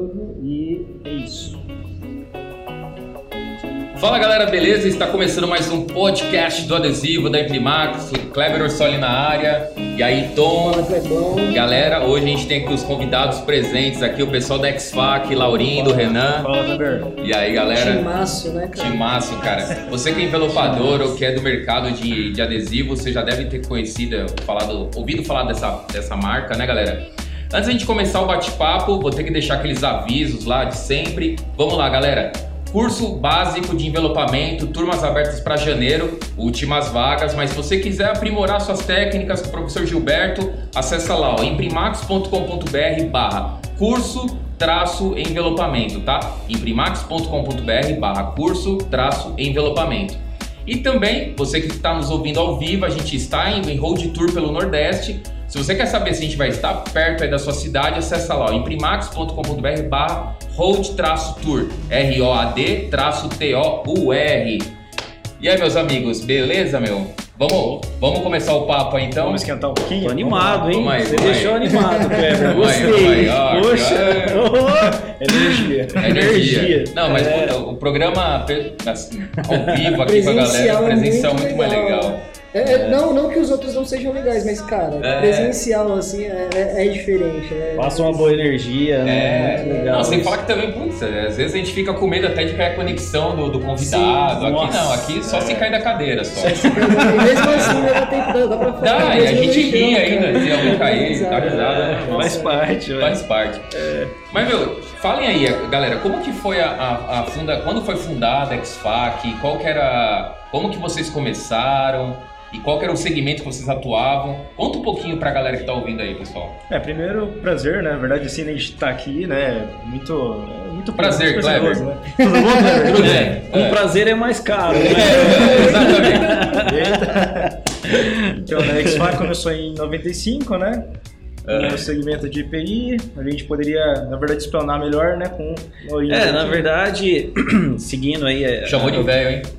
novo e é isso. Fala galera, beleza? Está começando mais um podcast do Adesivo da Imprimax, Kleber Orsoli na área. E aí, Tom? Fala, Clebão. Galera, hoje a gente tem aqui os convidados presentes aqui, o pessoal da X-Fac, Laurindo, Renan. Fala, Kleber. E aí, galera? Timaço, né, cara? Timaço, cara. Você que é envelopador ou que é do mercado de adesivo, você já deve ter ouvido falar dessa marca, né, galera? Antes da gente começar o bate-papo, vou ter que deixar aqueles avisos lá de sempre. Vamos lá, galera. Curso básico de envelopamento, turmas abertas para janeiro, últimas vagas, mas se você quiser aprimorar suas técnicas com o professor Gilberto, acessa lá, imprimax.com.br/curso-envelopamento, tá? imprimax.com.br/curso-envelopamento. E também, você que está nos ouvindo ao vivo, a gente está em Road Tour pelo Nordeste. Se você quer saber se a gente vai estar perto aí da sua cidade, acessa lá, imprimax.com.br/road-tour, ROAD-TOUR. E aí, meus amigos, beleza, meu? Vamos começar o papo aí, então? Vamos esquentar um pouquinho? Tô animado, hein? Você deixou animado, Kleber. Gostei. Poxa. Energia. Não, mas o programa assim, ao vivo aqui com a galera, presencial muito mais legal. Não que os outros não sejam legais, mas, cara, presencial, assim, é diferente. Passa uma boa energia, né? Legal. Não, sem falar que também, putz, às vezes a gente fica com medo até de cair a conexão do convidado. Sim, aqui não, aqui só se cai da cadeira. Só. E mesmo assim, dá pra falar. Dá, e a gente ri ainda, se alguém cair, dá risada. Faz parte. Faz parte. Mas, meu, falem aí, galera, como que foi quando foi fundada a X-Fac, como que vocês começaram? E qual que era o segmento que vocês atuavam? Conta um pouquinho pra galera que tá ouvindo aí, pessoal. Primeiro, prazer, né? Na verdade, assim, a gente tá aqui, né? Muito prazer, Kleber. Né? Tudo bom, Kleber? Tudo bem. Com prazer é mais caro, né? Exatamente. Então, a X-Fac começou em 95, né? No segmento de IPI, a gente poderia, na verdade, explanar melhor, né, com o na verdade, seguindo aí... Chamou de velho, hein?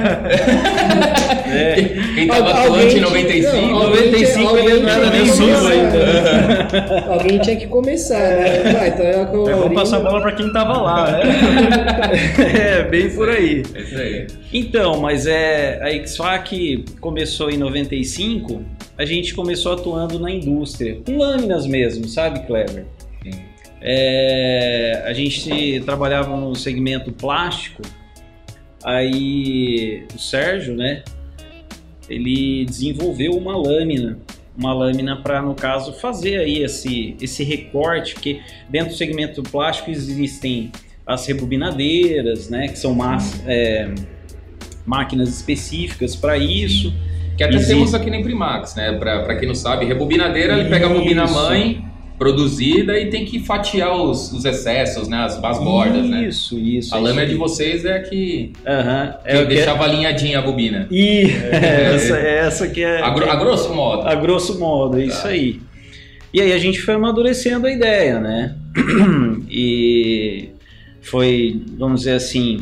Quem tava atuante em 95... 95 ele não era nem vivo ainda. Alguém tinha que começar, né? Então vamos passar a bola pra quem tava lá, né? Bem por aí. É isso aí. Então, mas a X-Fac começou em 95... A gente começou atuando na indústria, com lâminas mesmo, sabe, Kleber? Sim. A gente trabalhava no segmento plástico, aí o Sérgio, né, ele desenvolveu uma lâmina para, no caso, fazer aí esse recorte, porque dentro do segmento plástico existem as rebobinadeiras, né, que são máquinas específicas para isso. Que até temos aqui na Imprimax, né? Pra quem não sabe, rebobinadeira, ele pega a bobina mãe produzida e tem que fatiar os excessos, né? As bordas, né? Isso. A lâmina de vocês é a que deixava alinhadinha a bobina. Essa que é... A grosso modo. A grosso modo, é isso aí. E aí a gente foi amadurecendo a ideia, né? E foi, vamos dizer assim...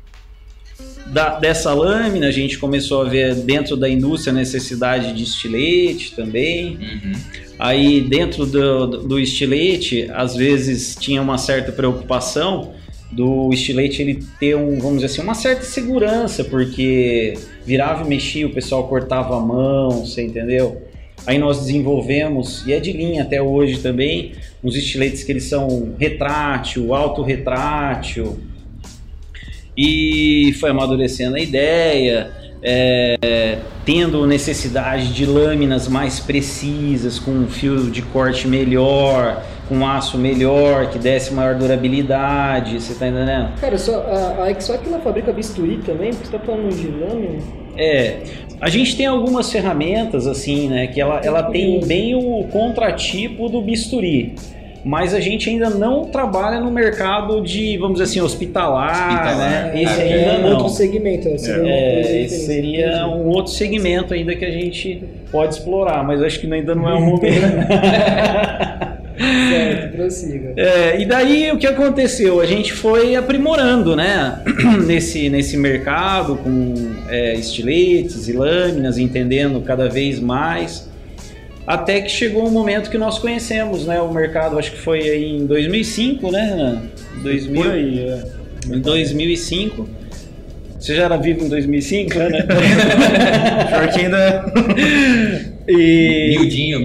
Dessa lâmina a gente começou a ver dentro da indústria a necessidade de estilete também. Aí dentro do estilete, às vezes tinha uma certa preocupação do estilete ele ter vamos dizer assim, uma certa segurança, porque virava e mexia, o pessoal cortava a mão, você entendeu? Aí nós desenvolvemos, e é de linha até hoje também, uns estiletes que eles são retrátil, autorretrátil. E foi amadurecendo a ideia, tendo necessidade de lâminas mais precisas, com um fio de corte melhor, com aço melhor, que desse maior durabilidade, você tá entendendo? Cara, a X-Fac ela fabrica bisturi também, porque você tá falando de lâmina? A gente tem algumas ferramentas assim, né, que ela tem bem o contratipo do bisturi. Mas a gente ainda não trabalha no mercado de, vamos dizer assim, hospitalar, né? Esse ainda não. Outro segmento. Esse seria um outro segmento ainda que a gente pode explorar, mas acho que ainda não é o momento. Certo, prossiga. E daí o que aconteceu? A gente foi aprimorando, né? nesse mercado com estiletes e lâminas, entendendo cada vez mais. Até que chegou um momento que nós conhecemos, né, o mercado, acho que foi aí em 2005, né, Renan? 2000, por aí, Em 2005. Você já era vivo em 2005, né? Pior que ainda... Miudinho.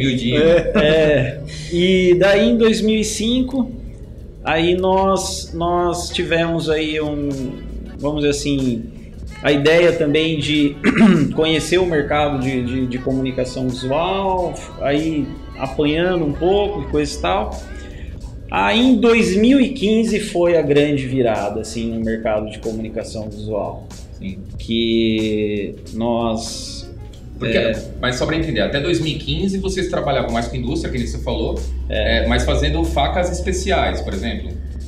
E daí em 2005, aí nós tivemos aí vamos dizer assim, a ideia também de conhecer o mercado de comunicação visual, aí apanhando um pouco e coisa e tal. Aí em 2015 foi a grande virada assim, no mercado de comunicação visual. Sim. Que nós... Mas só para entender, até 2015 vocês trabalhavam mais com indústria, que nem você falou, mas fazendo facas especiais, por exemplo.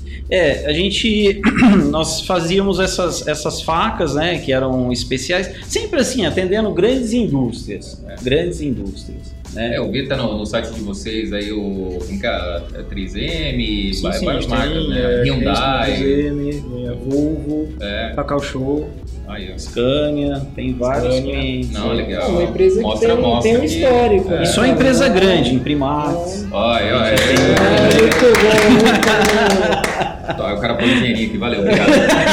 Nós fazíamos essas facas, né, que eram especiais, sempre assim, atendendo grandes indústrias. Né? Eu vi tá no site de vocês aí o 3M, várias marcas, né? Hyundai, 3M, Volvo, Cacau Show, Scania, tem vários clientes. Não, legal. Uma empresa que tem um histórico. E só empresa grande, Imprimax. Olha. Muito bom. O cara põe dinheirinho aqui, valeu, obrigado.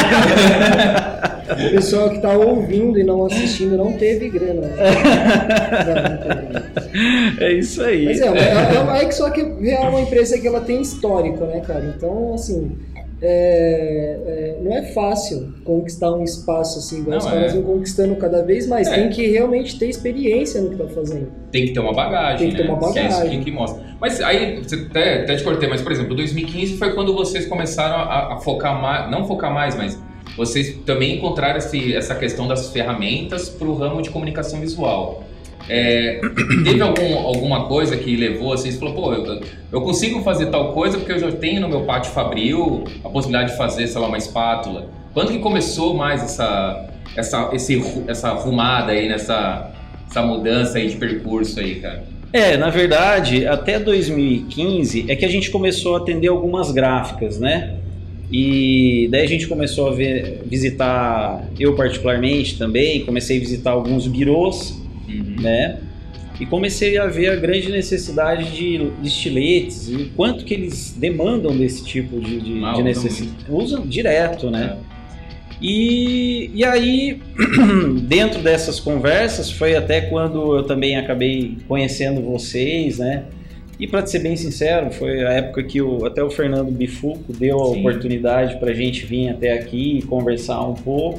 O pessoal que está ouvindo e não assistindo não teve grana. Não teve. É isso aí. Mas só que é uma empresa que ela tem histórico, né, cara? Então, assim, não é fácil conquistar um espaço assim, igual os caras vão conquistando cada vez mais. Tem que realmente ter experiência no que tá fazendo. Tem que ter uma bagagem, Tem que ter uma bagagem. Que é isso que mostra. Mas aí, até te cortei, mas por exemplo, 2015 foi quando vocês começaram a focar mais, não focar mais, mas vocês também encontraram essa questão das ferramentas para o ramo de comunicação visual. Teve alguma coisa que levou assim, você falou, pô, eu consigo fazer tal coisa porque eu já tenho no meu pátio fabril a possibilidade de fazer, sei lá, uma espátula. Quando que começou mais essa arrumada aí, essa mudança aí de percurso aí, cara? Na verdade, até 2015 é que a gente começou a atender algumas gráficas, né? E daí a gente começou a visitar, eu particularmente também, comecei a visitar alguns birôs, né? E comecei a ver a grande necessidade de estiletes e o quanto que eles demandam desse tipo de necessidade. Usam direto, né? E aí, dentro dessas conversas, foi até quando eu também acabei conhecendo vocês, né? E para ser bem sincero, foi a época que até o Fernando Bifuco deu a oportunidade para a gente vir até aqui e conversar um pouco.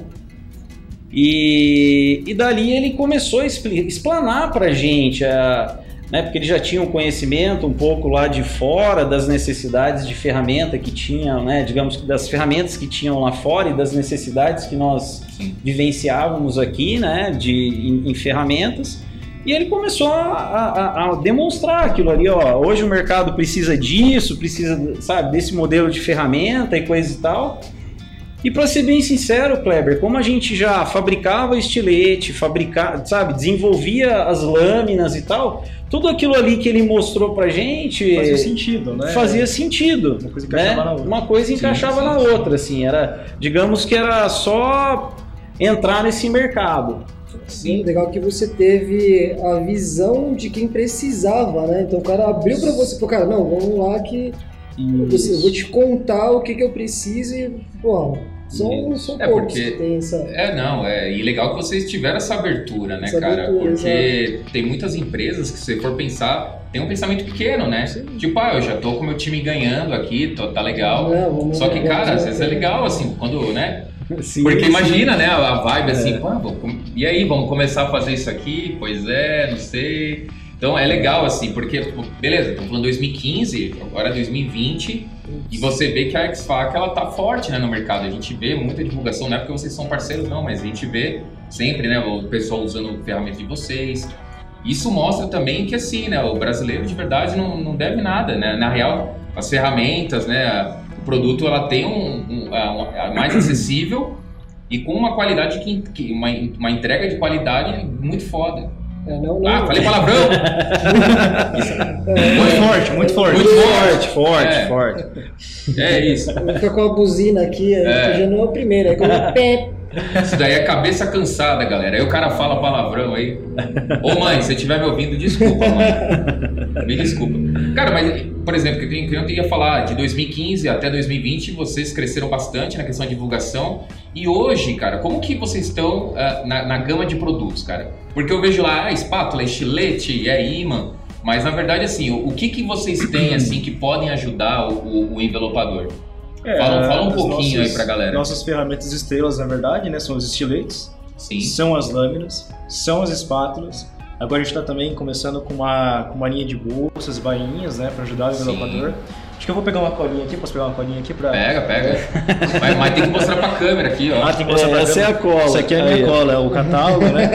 E dali ele começou a explanar para a gente, né, porque ele já tinha um conhecimento um pouco lá de fora das necessidades de ferramenta que tinham, né, digamos, das ferramentas que tinham lá fora e das necessidades que nós vivenciávamos aqui, né, em ferramentas. E ele começou a demonstrar aquilo ali, ó, hoje o mercado precisa disso, precisa, sabe, desse modelo de ferramenta e coisa e tal. E para ser bem sincero, Kleber, como a gente já fabricava estilete, desenvolvia as lâminas e tal, tudo aquilo ali que ele mostrou pra gente... Fazia sentido, né? Fazia sentido. Uma coisa encaixava na outra. Uma coisa encaixava na outra, assim, digamos que era só entrar nesse mercado. Sim, legal que você teve a visão de quem precisava, né? Então o cara abriu pra você, falou, cara, não, vamos lá que eu vou te contar o que eu preciso e, pô, são poucos que tem essa... E legal que vocês tiveram essa abertura, né, cara? Porque tem muitas empresas que, se você for pensar, tem um pensamento pequeno, né? Sim. Tipo, eu já tô com o meu time ganhando aqui, tá legal. Só que, cara, às vezes é legal, assim, quando, né? Sim, porque imagina, né, a vibe assim, e aí, vamos começar a fazer isso aqui? Pois não sei. Então é legal assim, porque, beleza, estamos falando 2015, agora é 2020, e você vê que a X-Fac, ela tá forte, né, no mercado. A gente vê muita divulgação, não é porque vocês são parceiros não, mas a gente vê sempre, né, o pessoal usando ferramentas de vocês. Isso mostra também que, assim, né, o brasileiro de verdade não deve nada, né, na real, as ferramentas, né, o produto, ela tem mais acessível e com uma qualidade, uma entrega de qualidade muito foda. Falei palavrão! Muito forte. É isso. Fica com a buzina aqui, já não é o primeiro, é como Isso daí é cabeça cansada, galera. Aí o cara fala palavrão aí. Ô mãe, se você estiver me ouvindo, desculpa, mãe. Me desculpa. Cara, mas, por exemplo, que eu ia falar de 2015 até 2020, vocês cresceram bastante na questão de divulgação. E hoje, cara, como que vocês estão na gama de produtos, cara? Porque eu vejo lá, espátula, estilete, imã. Mas, na verdade, assim, o que vocês têm, assim, que podem ajudar o envelopador? Fala um pouquinho aí pra galera. Nossas ferramentas estrelas, na verdade, né, são os estiletes, Sim. São as lâminas, são as espátulas. Agora a gente está também começando com uma linha de bolsas, bainhas, né, para ajudar o envelopador. Acho que eu vou pegar uma colinha aqui, posso pegar uma colinha aqui para... Pega. Mas tem que mostrar pra câmera aqui, ó. Tem que mostrar pra essa câmera. É a cola. Essa aqui é a minha cola, é o catálogo, né?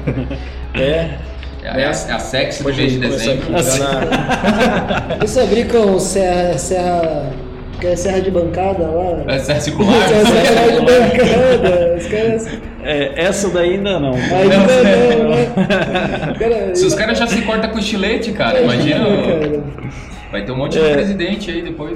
É a sexy do mês de dezembro. Eles fabricam serra de bancada lá. É serra circular? Serra de bancada. Os caras... essa daí ainda não. Ainda não, né? Cara, se os caras já se cortam com estilete, cara, imagina. Cara. Vai ter um monte de presidente aí depois.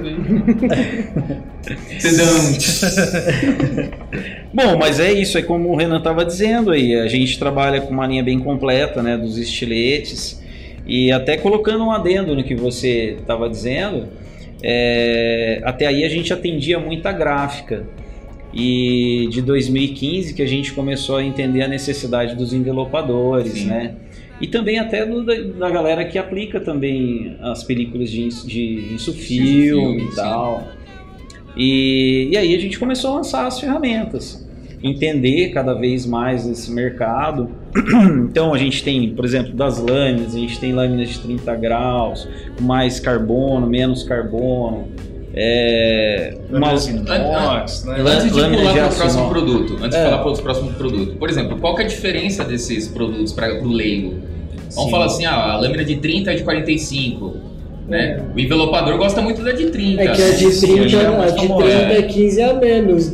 Bom, mas é isso, é como o Renan estava dizendo aí, a gente trabalha com uma linha bem completa, né, dos estiletes, e até colocando um adendo no que você estava dizendo, até aí a gente atendia muita gráfica, e de 2015 que a gente começou a entender a necessidade dos envelopadores, Sim. né? E também até da galera que aplica também as películas de insufilme e tal. E aí a gente começou a lançar as ferramentas, entender cada vez mais esse mercado. Então a gente tem, por exemplo, das lâminas, a gente tem lâminas de 30 graus, com mais carbono, menos carbono. Antes de pular para o próximo produto, antes de falar para o próximo produto, por exemplo, qual que é a diferença desses produtos para o leigo? Vamos falar assim, a lâmina de 30 é de 45, né? O envelopador gosta muito da de 30. É que a de 30, é 15 a menos.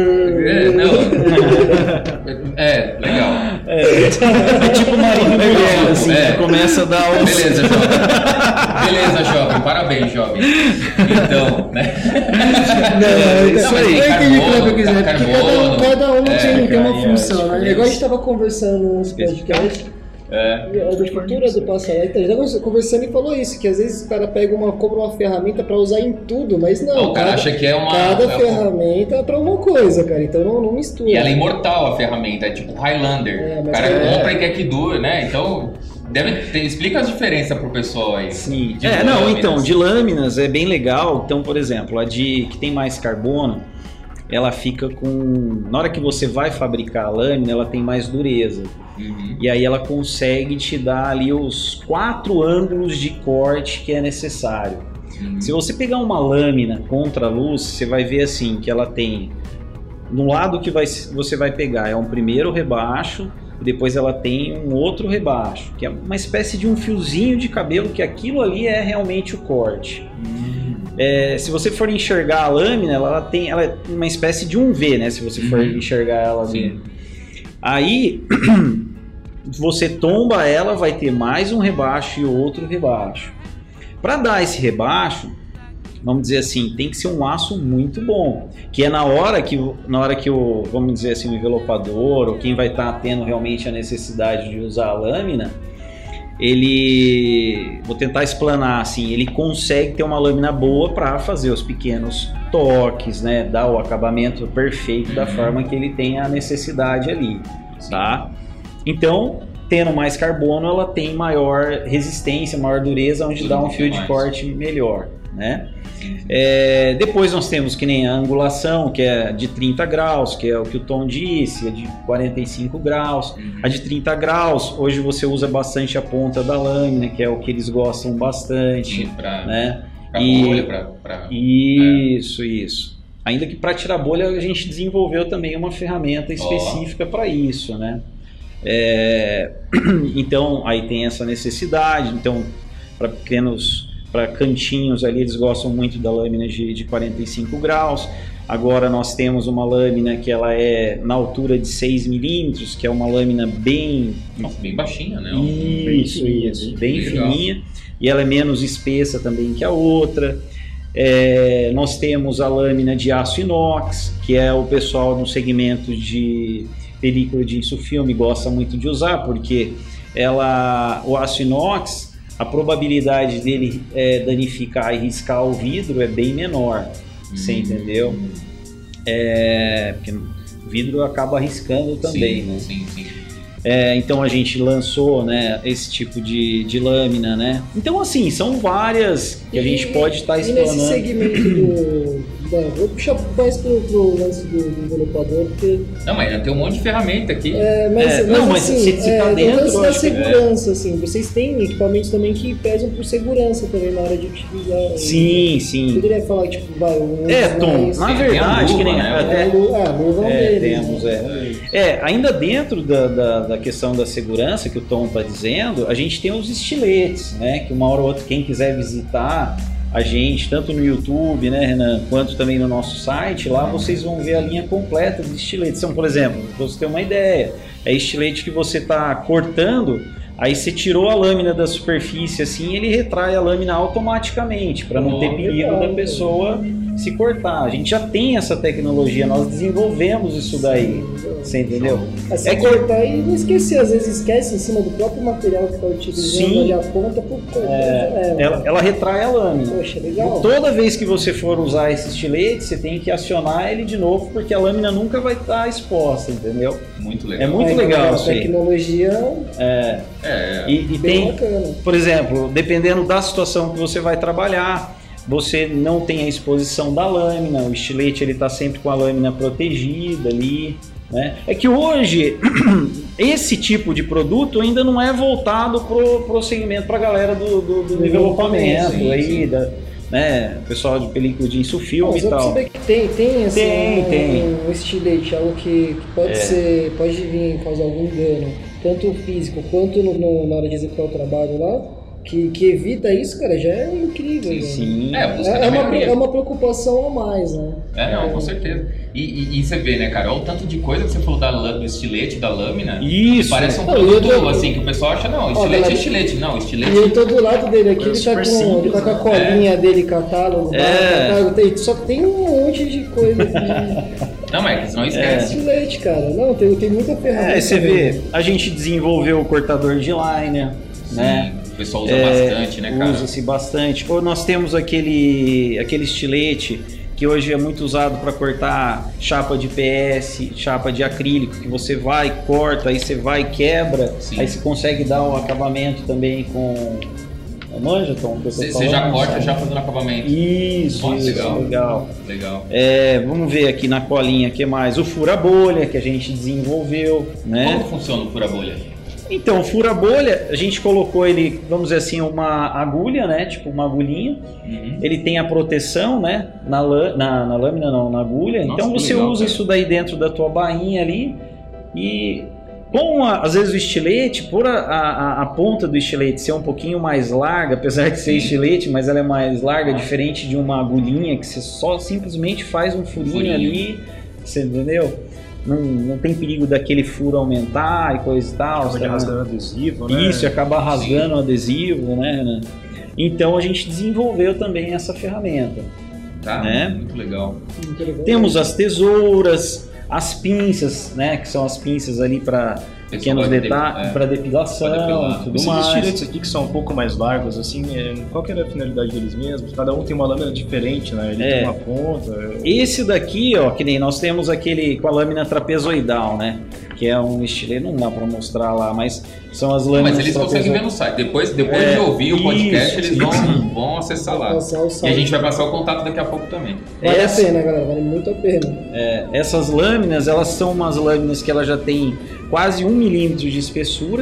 Legal. É tipo Marinho Velho, assim, que começa a dar os... Beleza, jovem. Parabéns, jovem. Então, né? Isso aí. Cada um tem uma função, né? Igual a gente estava conversando nos podcasts. A cultura do Passarela. Então, a gente estava conversando e falou isso, que às vezes o cara compra uma ferramenta para usar em tudo, mas não. O cara acha que cada ferramenta é para uma coisa, cara. Então não mistura. E ela é imortal, a ferramenta, é tipo Highlander. O cara compra e quer que dure, né? Então... explica as diferenças pro pessoal aí. Sim. De lâminas é bem legal. Então, por exemplo, a que tem mais carbono, ela fica com... Na hora que você vai fabricar a lâmina, ela tem mais dureza. Uhum. E aí ela consegue te dar ali os 4 ângulos de corte que é necessário. Uhum. Se você pegar uma lâmina contra a luz, você vai ver assim, que ela tem... No lado que você vai pegar é um primeiro rebaixo, e depois ela tem um outro rebaixo, que é uma espécie de um fiozinho de cabelo, que aquilo ali é realmente o corte. Se você for enxergar a lâmina, ela é uma espécie de um V, né? Se você for enxergar ela ali. Aí, você tomba ela, vai ter mais um rebaixo e outro rebaixo. Para dar esse rebaixo, vamos dizer assim, tem que ser um aço muito bom, que é na hora que o, vamos dizer assim, o envelopador ou quem vai estar tendo realmente a necessidade de usar a lâmina, vou tentar explanar assim, ele consegue ter uma lâmina boa para fazer os pequenos toques, né, dar o acabamento perfeito da forma que ele tem a necessidade ali, tá? Então, tendo mais carbono, ela tem maior resistência, maior dureza, onde dá um fio de corte melhor, né? Depois nós temos que nem a angulação, que é de 30 graus, que é o que o Tom disse, é de 45 graus. A de 30 graus, hoje você usa bastante a ponta da lâmina, que é o que eles gostam bastante. Né? Isso. Ainda que para tirar bolha a gente desenvolveu também uma ferramenta específica para isso, né? Então aí tem essa necessidade. Então para cantinhos ali, eles gostam muito da lâmina de 45 graus. Agora nós temos uma lâmina que ela é na altura de 6 milímetros, que é uma lâmina bem baixinha, né? Isso, bem fininha. E ela é menos espessa também que a outra. Nós temos a lâmina de aço inox, que é o pessoal no segmento de película de insufilme gosta muito de usar, porque o aço inox, a probabilidade dele danificar e riscar o vidro é bem menor, você entendeu? Porque o vidro acaba riscando também, né? Sim. Então a gente lançou, né, esse tipo de lâmina, né? Então assim, são várias que a gente pode estar explanando. E nesse segmento vou puxar mais pro lance do envelopador, porque... Não, mas tem um monte de ferramenta aqui. Mas se tá dentro... O lance da segurança, assim, vocês têm equipamentos também que pesam por segurança também na hora de utilizar. Sim. Poderia falar, tipo, Tom, na verdade, que nem... Temos. Ainda dentro da questão da segurança que o Tom está dizendo, a gente tem os estiletes, né? Que uma hora ou outra, quem quiser visitar a gente, tanto no YouTube, né, Renan, quanto também no nosso site, lá vocês vão ver a linha completa de estiletes. Então, por exemplo, para você ter uma ideia, é estilete que você está cortando, aí você tirou a lâmina da superfície assim, ele retrai a lâmina automaticamente, para não ter perigo da pessoa se cortar. A gente já tem essa tecnologia, nós desenvolvemos isso daí, você entendeu? É cortar e não esquecer, às vezes esquece em cima do próprio material que está utilizando ali a ponta por ela retrai a lâmina. Poxa, legal. Toda vez que você for usar esse estilete, você tem que acionar ele de novo, porque a lâmina nunca vai estar exposta, entendeu? Muito legal. É muito legal isso aí. A tecnologia e tem, bacana. Por exemplo, dependendo da situação que você vai trabalhar, você não tem a exposição da lâmina, o estilete ele está sempre com a lâmina protegida ali, né? É que hoje esse tipo de produto ainda não é voltado pro segmento, para a galera do envelopamento aí, né? Pessoal de película de insufilme e tal. Você que tem assim, um estilete, algo que pode vir causar algum dano, tanto físico quanto na hora de executar o trabalho lá. Que evita isso, cara, já é incrível. Sim. É uma preocupação a mais, né? Com certeza. E você vê, né, cara, olha o tanto de coisa que você falou do estilete, da lâmina. Isso. Parece um produto, assim, que o pessoal acha, não, estilete é estilete. Não, estilete... E eu tô do lado dele aqui, ele tá com a colinha dele, catálogo, só tem um monte de coisa aqui. Não, mas não esquece. Estilete, cara. Não, tem muita ferramenta. Você vê, a gente desenvolveu o cortador de liner, né? O pessoal usa bastante, né, cara? Usa-se bastante. Ou nós temos aquele estilete que hoje é muito usado para cortar chapa de PS, chapa de acrílico, que você vai, corta, aí você vai, quebra, aí você consegue dar o acabamento também com... Manja, Tom? Você já corta já fazendo acabamento. Isso, legal. Legal. Vamos ver aqui na colinha o que mais. O fura-bolha que a gente desenvolveu, né? Como funciona o fura-bolha? Então, o fura-bolha, a gente colocou ele, vamos dizer assim, uma agulha, né? Tipo uma agulhinha. Ele tem a proteção, né? Na lâmina não, na agulha. Nossa, então você usa isso daí dentro da tua bainha ali. E às vezes o estilete, por a ponta do estilete ser um pouquinho mais larga, apesar de ser estilete, mas ela é mais larga, diferente de uma agulhinha que você só simplesmente faz um furinho ali, você entendeu? Não tem perigo daquele furo aumentar e coisa e tal. Acaba rasgando o adesivo, né? Isso, acaba rasgando o adesivo, né? Então a gente desenvolveu também essa ferramenta. Né? Muito legal. Temos as tesouras, as pinças, né? Que são as pinças ali para pequenos detalhes, para depilação e tudo mais. Esses estiletes aqui que são um pouco mais largos, assim, qual que era a finalidade deles mesmos? Cada um tem uma lâmina diferente, né? Ele tem uma ponta. Esse daqui, ó, que nem nós temos aquele com a lâmina trapezoidal, né? Que é um estilete, não dá para mostrar lá, mas são as lâminas. Mas eles conseguem ver no site. Depois de ouvir o podcast, eles vão acessar lá. E a gente vai passar o contato daqui a pouco também. Vale a pena, galera, vale muito a pena. Essas lâminas, elas são umas lâminas que ela já tem quase 1 milímetro de espessura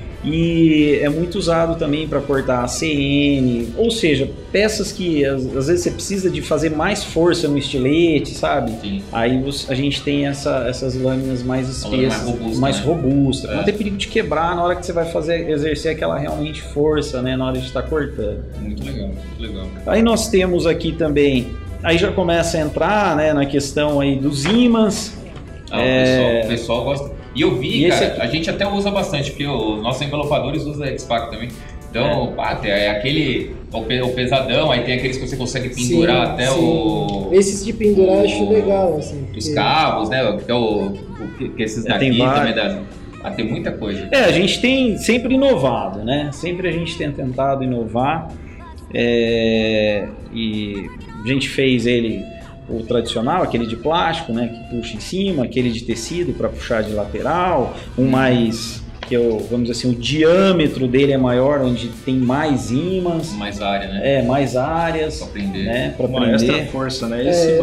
e é muito usado também para cortar ACN, ou seja, peças que às vezes você precisa de fazer mais força no estilete, sabe? Sim. Aí a gente tem essas lâminas mais espessas, mais robustas, não tem perigo de quebrar na hora que você vai exercer aquela realmente força, né, na hora de estar cortando. Muito legal, muito legal. Aí nós temos aqui também, aí já começa a entrar, né, na questão aí dos ímãs. O pessoal gosta. E eu vi, cara, a gente até usa bastante, porque os nossos envelopadores usam a X-Pac também. Então, é aquele, o pesadão, aí tem aqueles que você consegue pendurar até o... Esses de pendurar eu acho legal, assim. Os cabos, né? Que esses daqui também dá... tem muita coisa. A gente tem sempre inovado, né? Sempre a gente tem tentado inovar. E a gente fez ele, o tradicional, aquele de plástico, né? Que puxa em cima, aquele de tecido para puxar de lateral, mais... vamos dizer assim, o diâmetro dele é maior, onde tem mais ímãs. Mais área, né? Mais áreas. Pra prender. Né? Uma extra força, né? Esse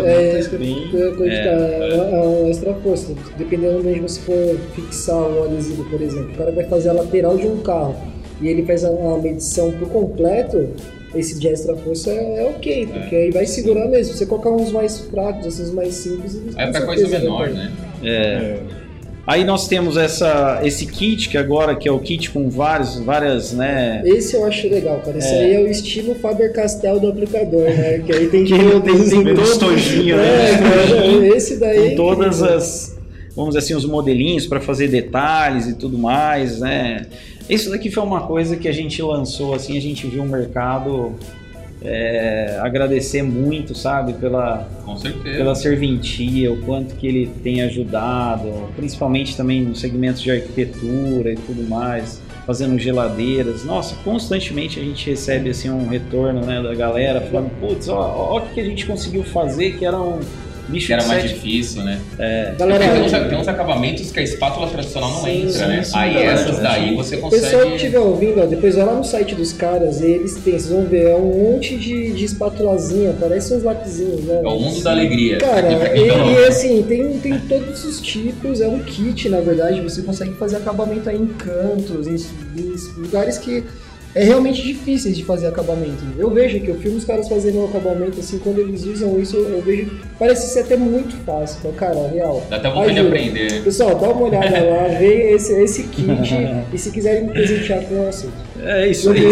uma extra força. Dependendo de onde você for fixar o adesivo, por exemplo. O cara vai fazer a lateral de um carro e ele faz a medição por completo, esse de extra força é ok, porque aí vai segurar mesmo. Você colocar uns mais fracos, esses mais simples... É pra coisa menor, né? Aí nós temos esse kit, que agora que é o kit com várias, né? Esse eu acho legal, cara. Esse aí é o estilo Faber-Castell do aplicador, né? Que aí tem tem tostojinho, né? Esse daí... Com todas as, vamos dizer assim, os modelinhos para fazer detalhes e tudo mais, né? Isso daqui foi uma coisa que a gente lançou, assim, a gente viu o mercado... agradecer muito, sabe, Com certeza. pela serventia, o quanto que ele tem ajudado, principalmente também nos segmentos de arquitetura e tudo mais, fazendo geladeiras. Nossa, constantemente a gente recebe assim um retorno, né, da galera falando, putz, ó o que a gente conseguiu fazer, que era um bicho que era mais difícil, né? Galera, tem uns acabamentos que a espátula tradicional não entra, né? Aí essas daí você consegue... O pessoal que estiver ouvindo, depois vai lá no site dos caras, eles têm, vocês vão ver, é um monte de espátulazinha, parece uns lapisinhos, né? É o mundo da alegria. Cara, e assim, tem todos os tipos, é um kit, na verdade, você consegue fazer acabamento aí em cantos, em lugares que... É realmente difíceis de fazer acabamento. Eu vejo que eu filmo os caras fazendo um acabamento assim, quando eles usam isso, eu vejo, parece ser até muito fácil. Então, cara, real. Dá até vontade de aprender. Pessoal, dá uma olhada lá, vê esse kit e se quiserem me presentear com o assunto. É isso aí.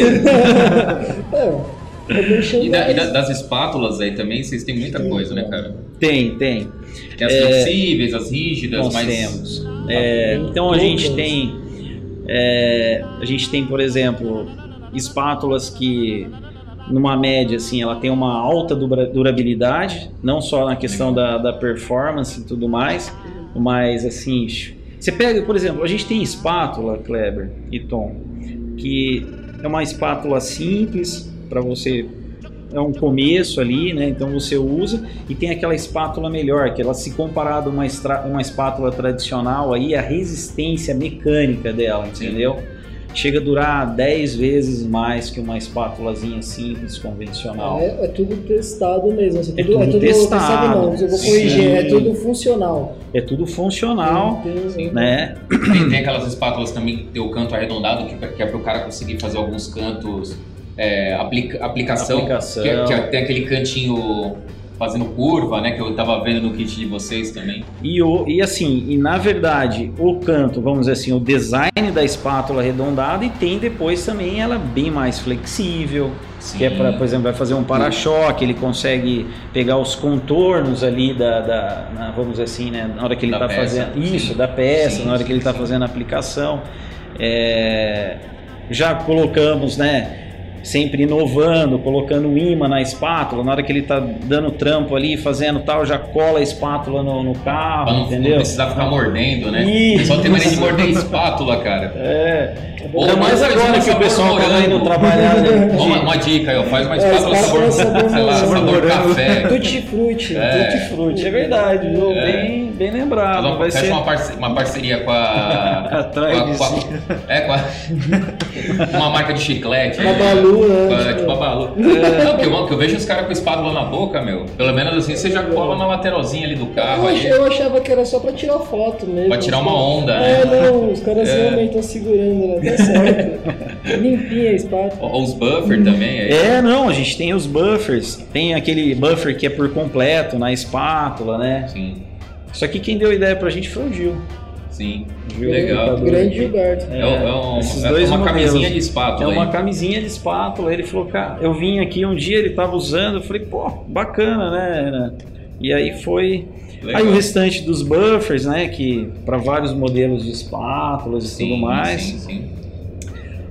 E das espátulas aí também, vocês têm muita coisa, né, cara? Tem. Tem as flexíveis, as rígidas, nós temos. Então a gente tem, por exemplo, espátulas que, numa média, assim, ela tem uma alta durabilidade, não só na questão da performance e tudo mais, mas, assim, você pega, por exemplo, a gente tem espátula, Kleber e Tom, que é uma espátula simples, para você, é um começo ali, né, então você usa, e tem aquela espátula melhor, que ela, se comparado a uma espátula tradicional, aí a resistência mecânica dela, entendeu? Chega a durar 10 vezes mais que uma espátulazinha simples, convencional. É tudo testado mesmo. É tudo testado. Não, eu vou corrigir, é tudo funcional. É tudo funcional, né? Tem aquelas espátulas também que tem o canto arredondado, que é para o cara conseguir fazer alguns cantos, aplicação. Que tem aquele cantinho fazendo curva, né, que eu tava vendo no kit de vocês também. E assim, na verdade, o canto, vamos dizer assim, o design da espátula arredondada, e tem depois também ela bem mais flexível, que é para, por exemplo, vai fazer um para-choque, ele consegue pegar os contornos ali vamos dizer assim, né, na hora que ele está fazendo isso, da peça, na hora que ele está fazendo a aplicação. Já colocamos, né, sempre inovando, colocando um imã na espátula, na hora que ele tá dando trampo ali, fazendo tal, já cola a espátula no carro, pra entendeu? Não precisar ficar mordendo, né? Só tem maneira de morder espátula, cara. Ainda mais agora que o pessoal tá indo trabalhar, né? Uma dica aí, ó, faz uma espátula sabor café. Tutti-frutti. Tutti-frutti, é verdade, viu? Bem lembrado. Vai ser uma parceria com a... com uma marca de chiclete. Uma Balu, tipo a Balu. Não, que eu vejo os caras com espátula na boca, meu. Pelo menos assim, você já cola na lateralzinha ali do carro. Eu achava que era só pra tirar foto mesmo. Pra tirar uma onda, né? Não, os caras realmente estão segurando, né? Tá certo. Limpinha a espátula. Os buffers também. Não, a gente tem os buffers. Tem aquele buffer que é por completo na espátula, né? Sim. Só que quem deu a ideia pra gente foi o Gil. Sim, Gil, legal. Grande Gilberto. Uma camisinha de espátula. É uma camisinha de espátula. Ele falou, cara, eu vim aqui um dia, ele tava usando, eu falei, pô, bacana, né? E aí foi... Legal. Aí o restante dos buffers, né, que para vários modelos de espátulas e tudo mais. Sim.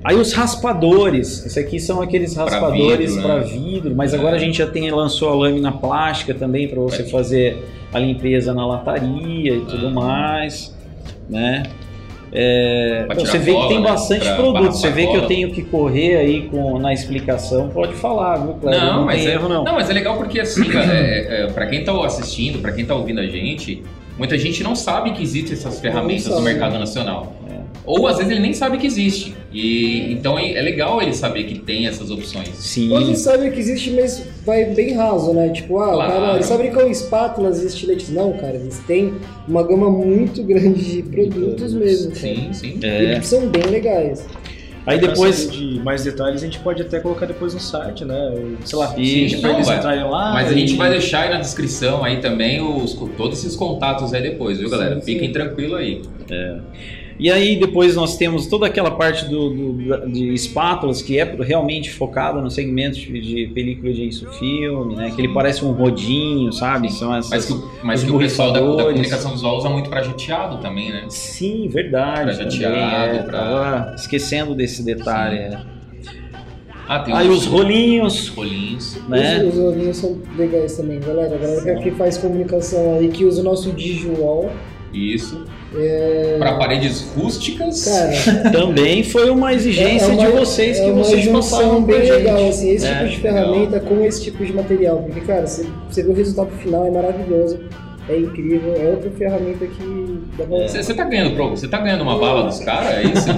Aí os raspadores, esses aqui são aqueles raspadores para vidro, mas agora a gente já lançou a lâmina plástica também para você fazer a limpeza na lataria e tudo mais, né? Então você vê que tem bastante produto, você vê que eu tenho que correr aí na explicação, pode falar, viu, Cléber? Não tem erro não. Não, mas é legal porque assim, cara, para quem tá assistindo, para quem tá ouvindo a gente, muita gente não sabe que existem essas ferramentas no mercado nacional. Ou às vezes ele nem sabe que existe. E então é legal ele saber que tem essas opções. Sim. Ou ele sabe que existe, mas vai bem raso, né? Tipo, claro. Cara, eles fabricam espátulas e estiletes. Não, cara, eles têm uma gama muito grande de produtos mesmo. Sim, sim. Eles são bem legais. Aí depois de mais detalhes a gente pode até colocar depois no site, né? Sei lá, pra eles entrarem lá. Mas a gente vai deixar aí na descrição aí também todos esses contatos aí depois, viu, galera? Fiquem tranquilos aí. E aí depois nós temos toda aquela parte de espátulas que é realmente focada no segmento de película de isofilme, né? Que ele parece um rodinho, sabe? São essas, mas que o pessoal da comunicação visual usa muito para jateado também, né? Sim, verdade. Para jateado, tava esquecendo desse detalhe. Tem aí os rolinhos. Né? Os rolinhos são legais também, galera. A galera que faz comunicação aí, que usa o nosso Digiwall. Isso. Para paredes rústicas. Cara, também foi uma exigência de vocês que vocês passaram bem legal, assim, esse tipo de ferramenta com esse tipo de material. Porque, cara, você vê o resultado final, é maravilhoso. É incrível, é outra ferramenta que dá pra... Você tá ganhando uma bala dos caras, é isso?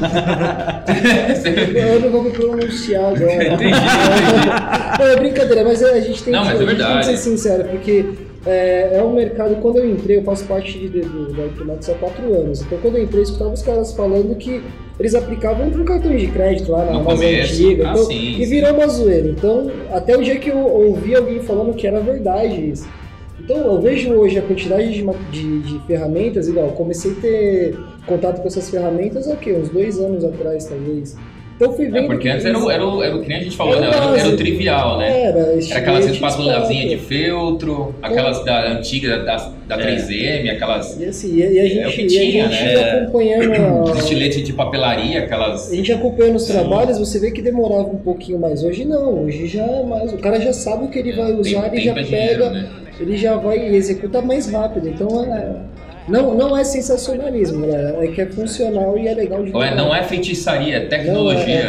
Eu não vou me pronunciar agora. Entendi. Não, é brincadeira, mas a gente tem mas é verdade. Tem que ser sincero, porque é um mercado, quando eu entrei, eu faço parte da Informatics há 4 anos, então quando eu entrei, eu escutava os caras falando que eles aplicavam para um cartão de crédito lá na base antiga, então, e virou uma zoeira. Então, até o dia que eu ouvi alguém falando que era verdade isso. Então, eu vejo hoje a quantidade de ferramentas, igual, eu comecei a ter contato com essas ferramentas há uns 2 anos atrás, talvez. Então fui vendo. Porque antes era o que nem a gente falou, era o trivial, né? Era aquelas espátulazinhas de feltro, aquelas da antiga, da 3M, aquelas. E assim, a gente acompanhando. Os estiletes de papelaria, aquelas. A gente acompanhando os trabalhos, você vê que demorava um pouquinho mais. Hoje não, hoje já é mais. O cara já sabe o que ele vai usar, ele já pega, dinheiro, né? Ele já vai executar mais rápido. Então não é sensacionalismo, galera. É que é funcional e é legal de ver. Não é feitiçaria, é tecnologia.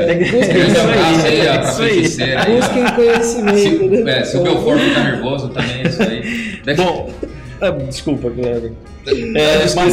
Busquem conhecimento. Se o Belfort ficar nervoso também, é isso aí. Bom, desculpa, Cléber. Mas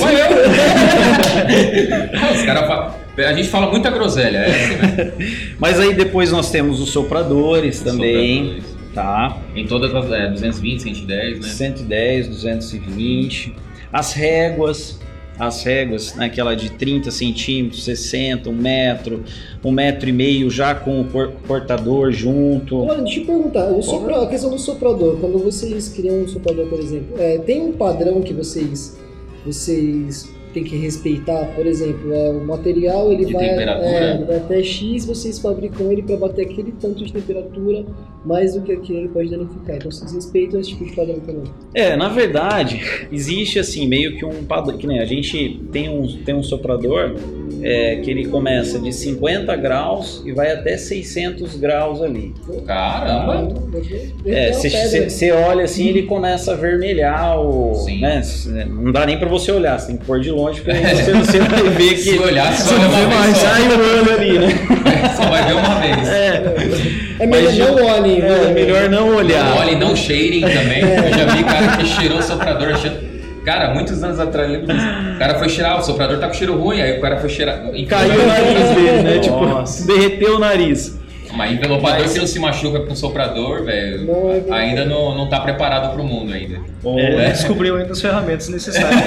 os caras a gente fala muita groselha, né? Mas aí depois nós temos os sopradores também. Tá. Em todas as 220, 110, né? 110, 220. As réguas, né, aquela de 30 centímetros, 60, 1 metro, 1,5 metro já com o portador junto. Olha, deixa eu perguntar, a questão do soprador, quando vocês criam um soprador, por exemplo, tem um padrão que vocês têm que respeitar? Por exemplo, o material ele vai até X, vocês fabricam ele para bater aquele tanto de temperatura, mais do que aquilo ele pode danificar. Então vocês respeitam esse tipo de padrão também? Na verdade, existe assim meio que um padrão, que nem a gente tem um soprador que ele começa de 50 graus e vai até 600 graus ali. Caramba! Você olha assim, ele começa a vermelhar, né? Não dá nem pra você olhar, você tem que pôr de longe, porque você vai ver que... Se olhar, só olha uma vez. Sai o olho ali, né? Só vai ver uma vez. É melhor não olhem. É melhor não olhar. Não olhem, não cheirem também. Eu já vi cara que cheirou o soprador achando... Cara, muitos anos atrás, lembro disso. O cara foi cheirar, o soprador tá com cheiro ruim, aí o cara foi cheirar... E caiu o nariz dele, né? Tipo, derreteu o nariz. Mas envelopador que não se machuca com soprador, velho, ainda não tá preparado pro mundo ainda. Descobriu ainda as ferramentas necessárias.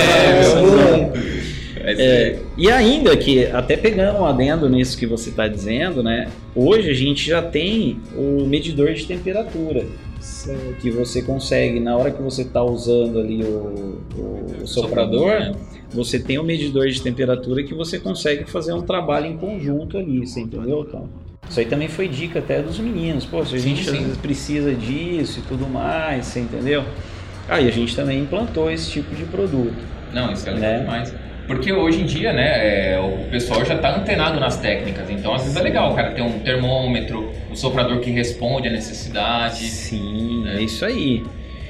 E ainda que, até pegando um adendo nisso que você está dizendo, né? Hoje a gente já tem o medidor de temperatura. Que você consegue, na hora que você está usando ali o soprador, né? Você tem um medidor de temperatura que você consegue fazer um trabalho em conjunto ali, você entendeu? Então, isso aí também foi dica até dos meninos. Pô, se a gente às vezes precisa disso e tudo mais, você entendeu? Aí a gente também implantou esse tipo de produto. Não, isso é legal demais. Porque hoje em dia, né, o pessoal já tá antenado nas técnicas, então às vezes é legal o cara ter um termômetro, um soprador que responde à necessidade. Sim, é isso aí.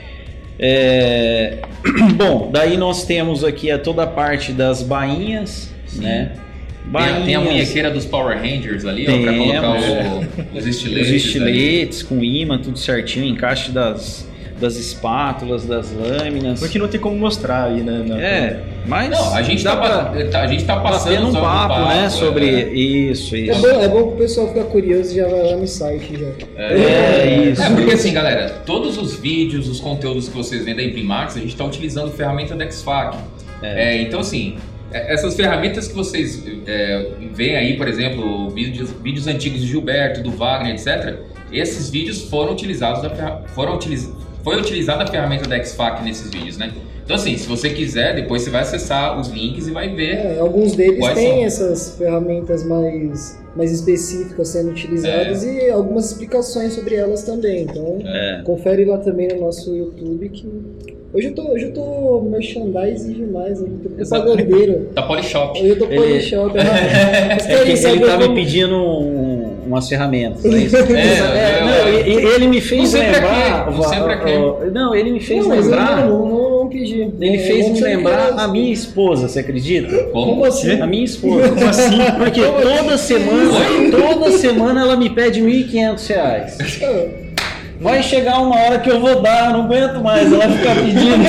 Bom, daí nós temos aqui toda a parte das bainhas, né? Bainhas, tem a munhequeira dos Power Rangers ali, ó, pra colocar os estiletes. Os estiletes com imã, tudo certinho, encaixe das espátulas, das lâminas. Porque não tem como mostrar aí, né? Mas não, a gente tá passando um papo, né, sobre isso. É bom que o pessoal fica curioso e já vai lá no site já. Isso. Porque assim, galera, todos os vídeos, os conteúdos que vocês veem da Imprimax, a gente tá utilizando a ferramenta da X-Fac. Então assim, essas ferramentas que vocês veem aí, por exemplo, vídeos antigos de Gilberto, do Wagner, etc. Esses vídeos foram utilizados foi utilizada a ferramenta da X-Fac nesses vídeos, né? Então assim, se você quiser, depois você vai acessar os links e vai ver. Alguns deles têm essas ferramentas mais específicas sendo utilizadas e algumas explicações sobre elas também. Então, confere lá também no nosso YouTube que... Hoje eu tô merchandising demais, eu tô propagandeiro. Tá Polishop. Hoje eu tô Polishop. Ele tá me pedindo umas ferramentas, é isso? Ele me fez lembrar... Não, ele me fez lembrar... Não pedi. Ele fez me lembrar a minha esposa, você acredita? Como assim? A minha esposa. Como assim? Porque toda semana ela me pede R$1.500. Vai chegar uma hora que eu vou dar, eu não aguento mais, ela fica pedindo.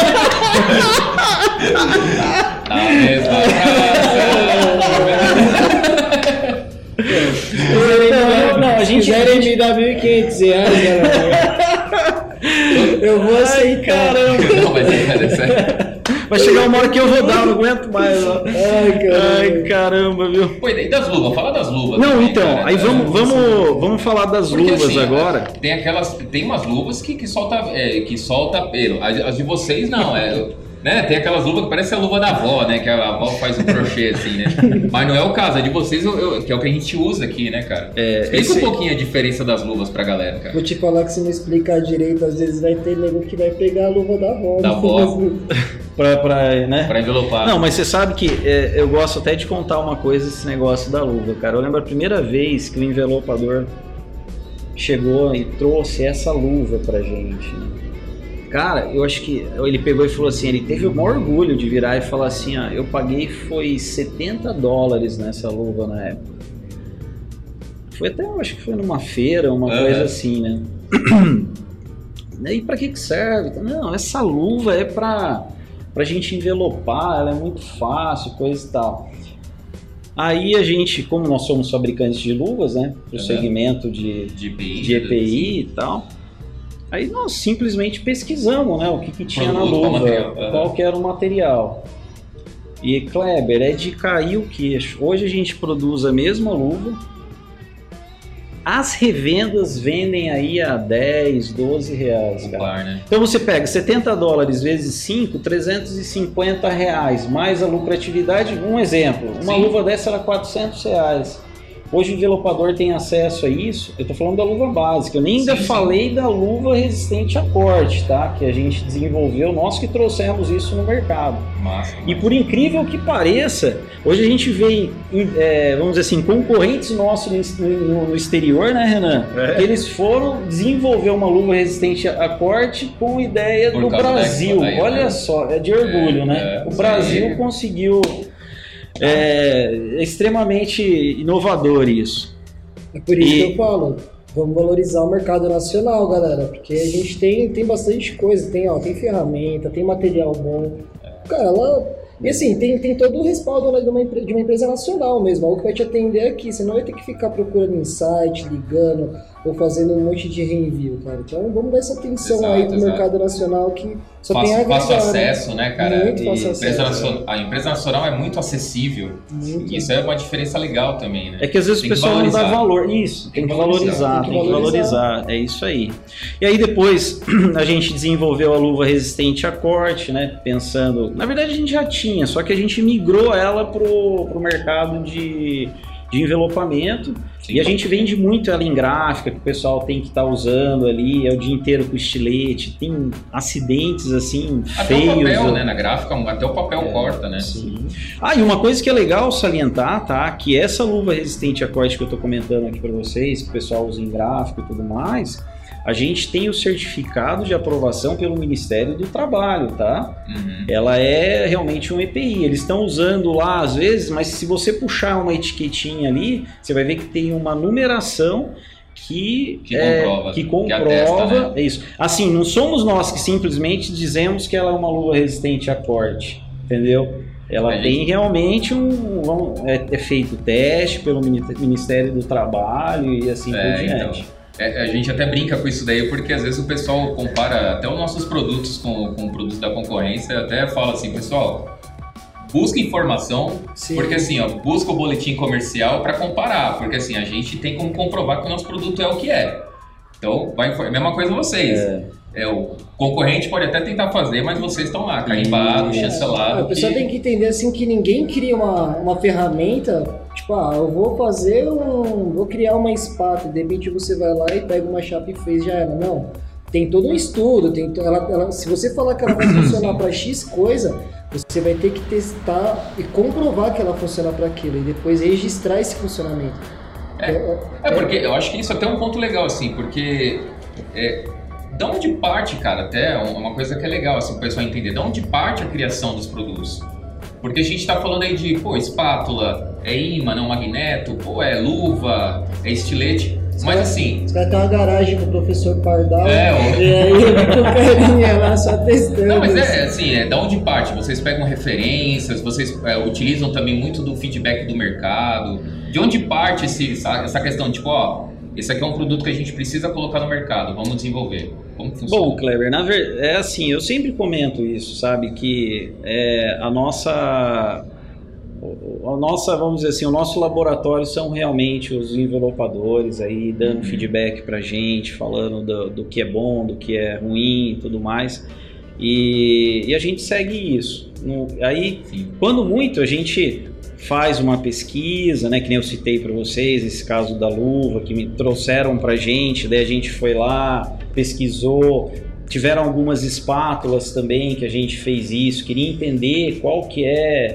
A gente quer me dar R$1.500, galera. Eu vou aceitar. Caramba. Não, mas vai chegar uma hora que eu vou dar, eu não aguento mais. Ó. Ai, caramba, viu? Pô, e daí das luvas? Fala das luvas. Não, também, então, cara, aí vamos falar das luvas assim, agora. Tem umas luvas que solta pelo. As de vocês não, né? Tem aquelas luvas que parece a luva da avó, né? Que a avó faz um crochê assim, né? Mas não é o caso, a de vocês que é o que a gente usa aqui, né, cara? Explica um pouquinho a diferença das luvas pra galera, cara. Vou te falar que se não explicar direito, às vezes vai ter nego que vai pegar a luva da avó. Da avó. Pra envelopar. Não, mas você sabe que eu gosto até de contar uma coisa, esse negócio da luva, cara. Eu lembro a primeira vez que o envelopador chegou e trouxe essa luva pra gente, né? Cara, eu acho que ele pegou e falou assim, ele teve o maior orgulho de virar e falar assim, eu paguei foi $70 nessa luva na época. Foi até, eu acho que foi numa feira, uma coisa assim, né? E pra que serve? Não, essa luva é pra gente envelopar, ela é muito fácil, coisa e tal. Aí a gente, como nós somos fabricantes de luvas, né? Pro segmento de EPI e tal... Aí nós simplesmente pesquisamos, né, o que tinha na luva, qual que era o material. E Kleber, é de cair o queixo. Hoje a gente produz a mesma luva. As revendas vendem aí a $10, $12, cara. Né? Então você pega $70 vezes 5, R$350, mais a lucratividade. Um exemplo, uma luva dessa era R$400. Hoje o envelopador tem acesso a isso. Eu tô falando da luva básica. Eu nem ainda falei da luva resistente a corte, tá? Que a gente desenvolveu, nós que trouxemos isso no mercado. Massa. E por incrível que pareça, hoje a gente vê, vamos dizer assim, concorrentes nossos no exterior, né, Renan? Que eles foram desenvolver uma luva resistente a corte com ideia do Brasil. Olha só, é de orgulho, né? O Brasil conseguiu... É extremamente inovador isso. É por isso que eu falo, vamos valorizar o mercado nacional, galera, porque a gente tem bastante coisa, tem ferramenta, tem material bom. Cara, e assim, tem todo o respaldo de uma empresa nacional mesmo, algo que vai te atender aqui, você não vai ter que ficar procurando em site, ligando ou fazendo um monte de reenvio, cara. Então vamos dar essa atenção aí pro mercado nacional que só tem a agregar, fácil acesso, né, cara? Muito fácil acesso. A empresa nacional é muito acessível. Muito. Isso é uma diferença legal também, né? É que às vezes o pessoal não dá valor. Isso, tem que valorizar. É isso aí. E aí depois a gente desenvolveu a luva resistente a corte, né? Pensando... Na verdade a gente já tinha, só que a gente migrou ela pro mercado de envelopamento. Sim. E a gente vende muito ela em gráfica, que o pessoal tem que estar usando ali, é o dia inteiro com estilete, tem acidentes assim, até feios. Até o papel, né, na gráfica, até o papel corta, né? Sim. E uma coisa que é legal salientar, tá, que essa luva resistente a corte que eu tô comentando aqui para vocês, que o pessoal usa em gráfico e tudo mais, a gente tem o certificado de aprovação pelo Ministério do Trabalho, tá? Ela é realmente um EPI. Eles estão usando lá às vezes, mas se você puxar uma etiquetinha ali, você vai ver que tem uma numeração que comprova atesta, né? Isso. Assim, não somos nós que simplesmente dizemos que ela é uma luva resistente a corte, entendeu? Ela tem realmente é feito teste pelo Ministério do Trabalho e assim por diante. Então. A gente até brinca com isso daí, porque às vezes o pessoal compara até os nossos produtos com produtos da concorrência, até fala assim, pessoal, busca informação, porque assim, busca o boletim comercial para comparar, porque assim, a gente tem como comprovar que o nosso produto é o que é. Então, a mesma coisa vocês. O concorrente pode até tentar fazer, mas vocês estão lá, carimbado, chancelado. A pessoa tem que entender assim que ninguém cria uma ferramenta, tipo, eu vou criar uma espátula, de repente você vai lá e pega uma chapa e fez, já era. Não, tem todo um estudo, se você falar que ela vai funcionar para X coisa, você vai ter que testar e comprovar que ela funciona para aquilo, e depois registrar esse funcionamento. Porque eu acho que isso até é um ponto legal, assim, porque... Da onde parte, cara, até uma coisa que é legal, assim, o pessoal entender, da onde parte a criação dos produtos? Porque a gente tá falando aí de, espátula, é imã, não magneto, é luva, é estilete, mas assim... Os caras têm uma garagem com o professor Pardal, e aí com o carinha lá só testando. Não, mas assim, da onde parte? Vocês pegam referências, vocês utilizam também muito do feedback do mercado, de onde parte essa questão, tipo, esse aqui é um produto que a gente precisa colocar no mercado, vamos desenvolver. Como funciona? Bom, Kleber, na verdade, é assim, eu sempre comento isso, sabe, que a nossa, vamos dizer assim, o nosso laboratório são realmente os envelopadores aí, dando feedback pra gente, falando do que é bom, do que é ruim e tudo mais, e a gente segue isso. Aí, quando muito, a gente... faz uma pesquisa, né, que nem eu citei para vocês, esse caso da luva, que me trouxeram para a gente, daí a gente foi lá, pesquisou, tiveram algumas espátulas também que a gente fez isso, queria entender qual que é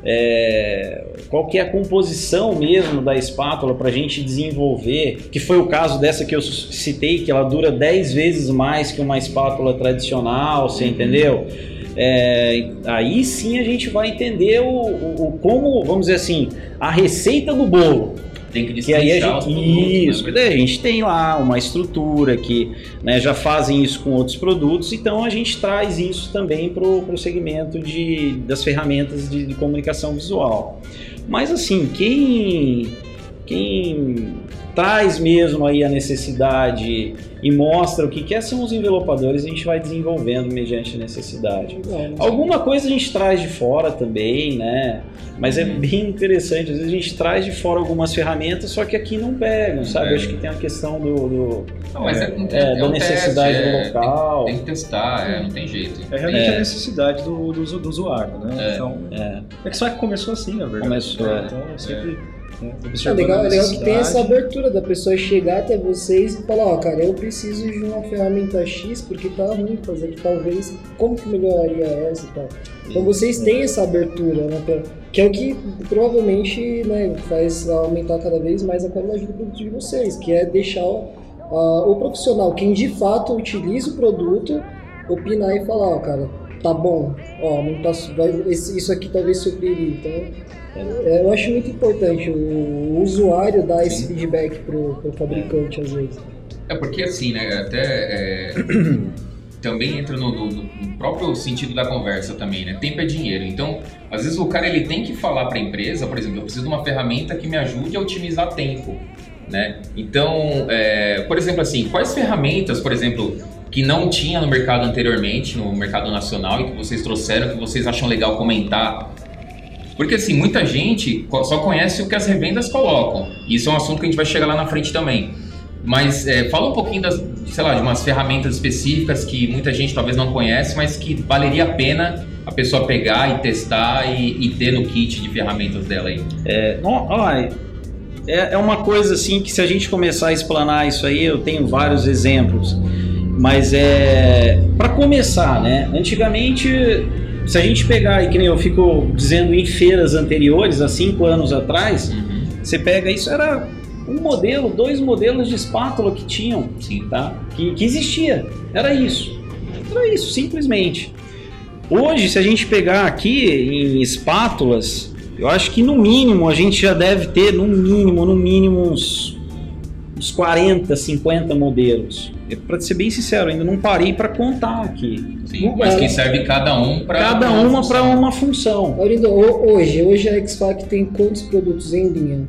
a composição mesmo da espátula para a gente desenvolver, que foi o caso dessa que eu citei, que ela dura 10 vezes mais que uma espátula tradicional, você entendeu? Aí sim a gente vai entender como, vamos dizer assim, a receita do bolo. Tem que destrinchar os produtos. Isso, né? A gente tem lá uma estrutura que, né, já fazem isso com outros produtos, então a gente traz isso também para o segmento das ferramentas de comunicação visual. Mas assim, quem traz mesmo aí a necessidade e mostra o que são os envelopadores, a gente vai desenvolvendo mediante a necessidade. Alguma coisa a gente traz de fora também, né? Mas é bem interessante, às vezes a gente traz de fora algumas ferramentas, só que aqui não pegam, sabe? Acho que tem a questão da necessidade do local. Tem que testar, não tem jeito. É realmente a necessidade do usuário, né? Então, que só que começou assim, na verdade. Então, sempre... É legal que tem essa abertura da pessoa chegar até vocês e falar, cara, eu preciso de uma ferramenta X porque tá ruim fazer aqui, talvez, como que melhoraria essa e tal. Então vocês têm essa abertura, né, que é o que provavelmente, né, faz aumentar cada vez mais a qualidade do produto de vocês, que é deixar o profissional, quem de fato utiliza o produto, opinar e falar, cara, tá bom, não tá, isso aqui talvez supriria, então... eu acho muito importante o usuário dar esse feedback pro fabricante às vezes. Porque assim, né, até também entra no próprio sentido da conversa também, né, tempo é dinheiro, então às vezes o cara ele tem que falar para a empresa, por exemplo, eu preciso de uma ferramenta que me ajude a otimizar tempo, né, então, por exemplo assim, quais ferramentas, por exemplo, que não tinha no mercado anteriormente, no mercado nacional e que vocês trouxeram, que vocês acham legal comentar? Porque assim, muita gente só conhece o que as revendas colocam. Isso é um assunto que a gente vai chegar lá na frente também. Mas fala um pouquinho de umas ferramentas específicas que muita gente talvez não conhece, mas que valeria a pena a pessoa pegar e testar e ter no kit de ferramentas dela aí. é uma coisa assim que se a gente começar a explanar isso aí, eu tenho vários exemplos. Mas para começar, né? Antigamente, se a gente pegar, e que nem eu fico dizendo em feiras anteriores, há 5 anos atrás, você pega isso, era um modelo, 2 modelos de espátula que tinham, tá? Que existia, era isso, simplesmente. Hoje, se a gente pegar aqui em espátulas, eu acho que no mínimo a gente já deve ter, no mínimo uns 40, 50 modelos. Para ser bem sincero, ainda não parei para contar aqui. Sim, mas que serve cada um para uma função. Aurindo, hoje a X-Fac tem quantos produtos em linha?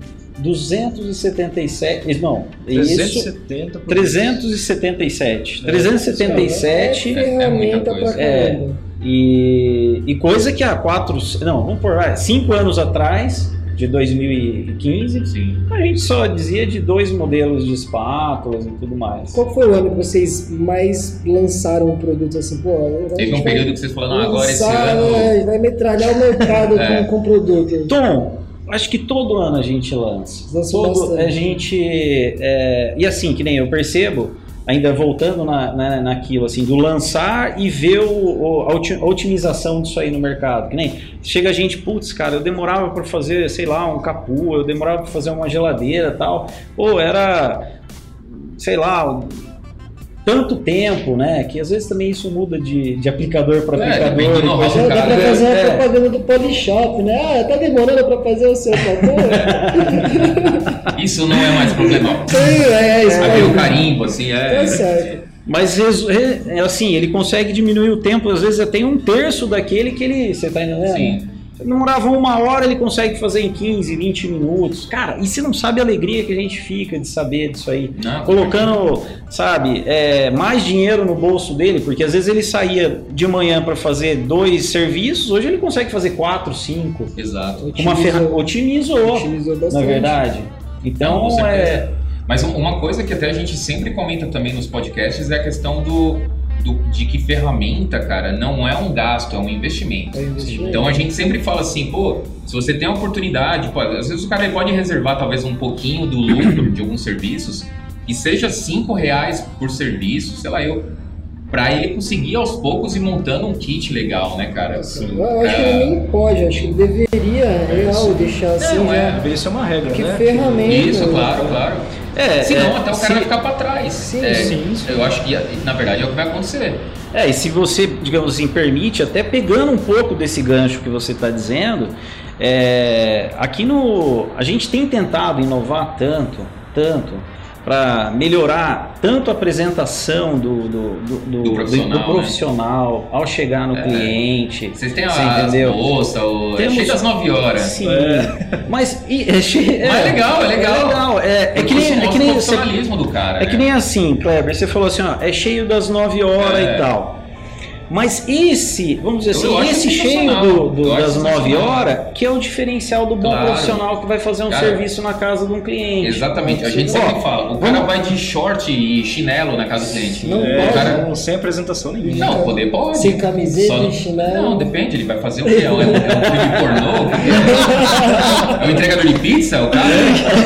277, não, 370 377. 377 ferramenta pra caramba. E coisa que há 5 anos atrás, de 2015, a gente só dizia de 2 modelos de espátulas e tudo mais. Qual foi o ano que vocês mais lançaram um produto assim? Teve um período que vocês falaram, agora esse ano... Vai metralhar o mercado com produto. Tom, acho que todo ano a gente lança. A gente... e assim, que nem eu percebo, ainda voltando naquilo assim, do lançar e ver a otimização disso aí no mercado. Que nem chega a gente, putz, cara, eu demorava para fazer, sei lá, um capô, eu demorava para fazer uma geladeira e tal. Era, sei lá, tanto tempo, né? Que às vezes também isso muda de aplicador para aplicador. Dá para fazer uma propaganda do Polishop, né? Tá demorando para fazer o seu capô. Isso não é mais problemático. Isso o carimbo, assim, Tá certo. Mas assim, ele consegue diminuir o tempo, às vezes até 1/3 daquele que ele... Você tá entendendo? Sim. Demorava 1 hora, ele consegue fazer em 15, 20 minutos. Cara, e você não sabe a alegria que a gente fica de saber disso aí. Não, colocando, sabe, mais dinheiro no bolso dele, porque às vezes ele saía de manhã para fazer 2 serviços, hoje ele consegue fazer 4, 5. Exato. Otimizou bastante. Na verdade. Então, Mas uma coisa que até a gente sempre comenta também nos podcasts é a questão de que ferramenta, cara, não é um gasto, é um investimento. Então a gente sempre fala assim, se você tem a oportunidade, às vezes o cara pode reservar talvez um pouquinho do lucro de alguns serviços, que seja R$5 por serviço, sei lá, pra ele conseguir aos poucos ir montando um kit legal, né, cara? Assim, eu acho que ele nem pode, acho que ele deveria deixar assim. Isso é uma regra, que né? Ferramenta. Isso, claro. Senão até o cara vai ficar pra trás. Sim. Eu acho que, na verdade, é o que vai acontecer. E se você, digamos assim, permite, até pegando um pouco desse gancho que você está dizendo, aqui a gente tem tentado inovar tanto, para melhorar tanto a apresentação do profissional ao chegar no cliente. Vocês têm a moça, cheio das 9 horas. Sim. Mas é legal. É que nem o profissionalismo do cara. É que nem assim, Kleber, você falou assim, é cheio das 9 horas e tal. Mas vamos dizer assim, esse cheio das 9 horas, que é o diferencial do bom profissional que vai fazer um serviço na casa de um cliente. Exatamente, a gente sempre fala, o cara vai de short e chinelo na casa do cliente. Não pode. Sem apresentação nenhuma. Não, poder pode. Sem camiseta e chinelo. Não, depende, ele vai fazer o quê? É um filme pornô? É um entregador de pizza, o cara?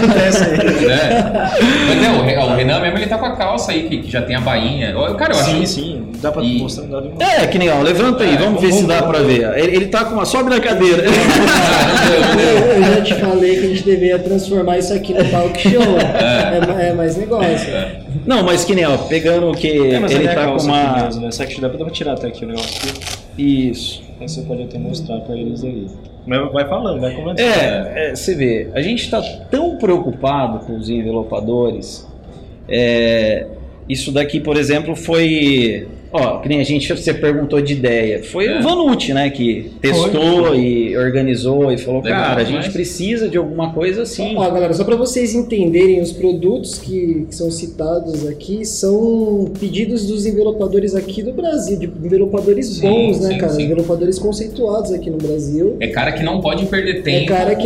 Mas o Renan mesmo, ele tá com a calça aí, que já tem a bainha. Cara, eu acho... Sim, dá pra mostrar. Que nem, levanta aí, vamos ver se dá pra ver. Ele tá com sobe na cadeira. Eu já te falei que a gente deveria transformar isso aqui no talk show. É mais negócio. Não, mas que nem, pegando o que ele tá com uma... Mesmo, né? Só que dá pra tirar até aqui o negócio aqui. Isso. Aí você pode até mostrar pra eles aí. Mas vai falando, vai comentando. Você vê, a gente tá tão preocupado com os envelopadores. Isso daqui, por exemplo, foi... que nem você perguntou de ideia. Foi o Vanucci, né, que testou e organizou e falou, legal, cara, a gente precisa de alguma coisa assim. Galera, só para vocês entenderem, os produtos que são citados aqui são pedidos dos envelopadores aqui do Brasil, de envelopadores bons, né, cara? Envelopadores conceituados aqui no Brasil. É cara que não pode perder tempo.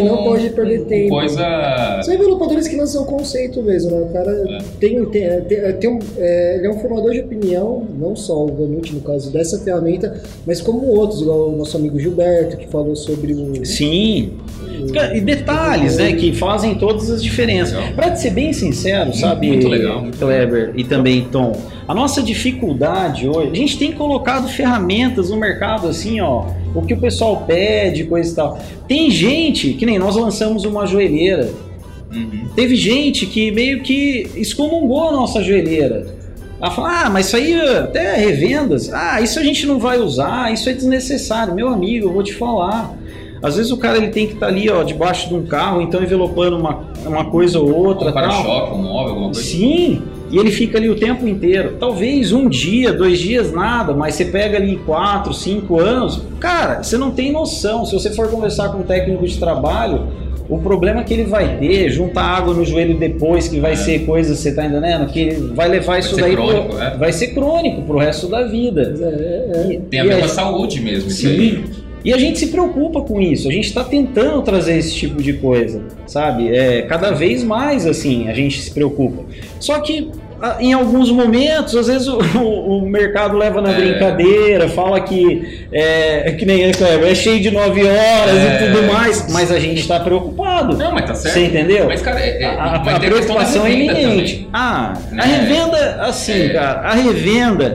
São envelopadores que lançam conceito mesmo, né? O cara ele é um formador de opinião, não só só o Vanucci, no caso dessa ferramenta, mas como outros, igual o nosso amigo Gilberto, que falou sobre o... Sim, e detalhes, né, que fazem todas as diferenças. Para ser bem sincero, sabe, muito legal, muito Kleber e também Tom, a nossa dificuldade hoje, a gente tem colocado ferramentas no mercado assim, ó, o que o pessoal pede, coisa e tal. Tem gente, que nem nós lançamos uma joelheira, teve gente que meio que excomungou a nossa joelheira. Ela fala, mas isso aí até revendas, isso a gente não vai usar, isso é desnecessário. Meu amigo, eu vou te falar. Às vezes o cara ele tem que estar ali, ó, debaixo de um carro, então envelopando uma coisa ou outra. Um para-choque, um móvel, alguma coisa. Sim, e ele fica ali o tempo inteiro. Talvez 1 dia, 2 dias, nada, mas você pega ali 4, 5 anos. Cara, você não tem noção. Se você for conversar com um técnico de trabalho, o problema que ele vai ter, juntar água no joelho depois, que vai ser coisa, você tá entendendo? Que ele vai levar isso daí crônico, vai ser crônico pro resto da vida. Tem a ver com a saúde mesmo. Sim. E a gente se preocupa com isso, a gente está tentando trazer esse tipo de coisa, sabe? Cada vez mais, assim, a gente se preocupa. Só que, em alguns momentos, às vezes o mercado leva na brincadeira, fala que nem é cheio de 9 horas e tudo mais, mas a gente está preocupado. Não, mas tá certo. Você entendeu? Mas, cara, a preocupação é iminente. A revenda, assim, cara, a revenda,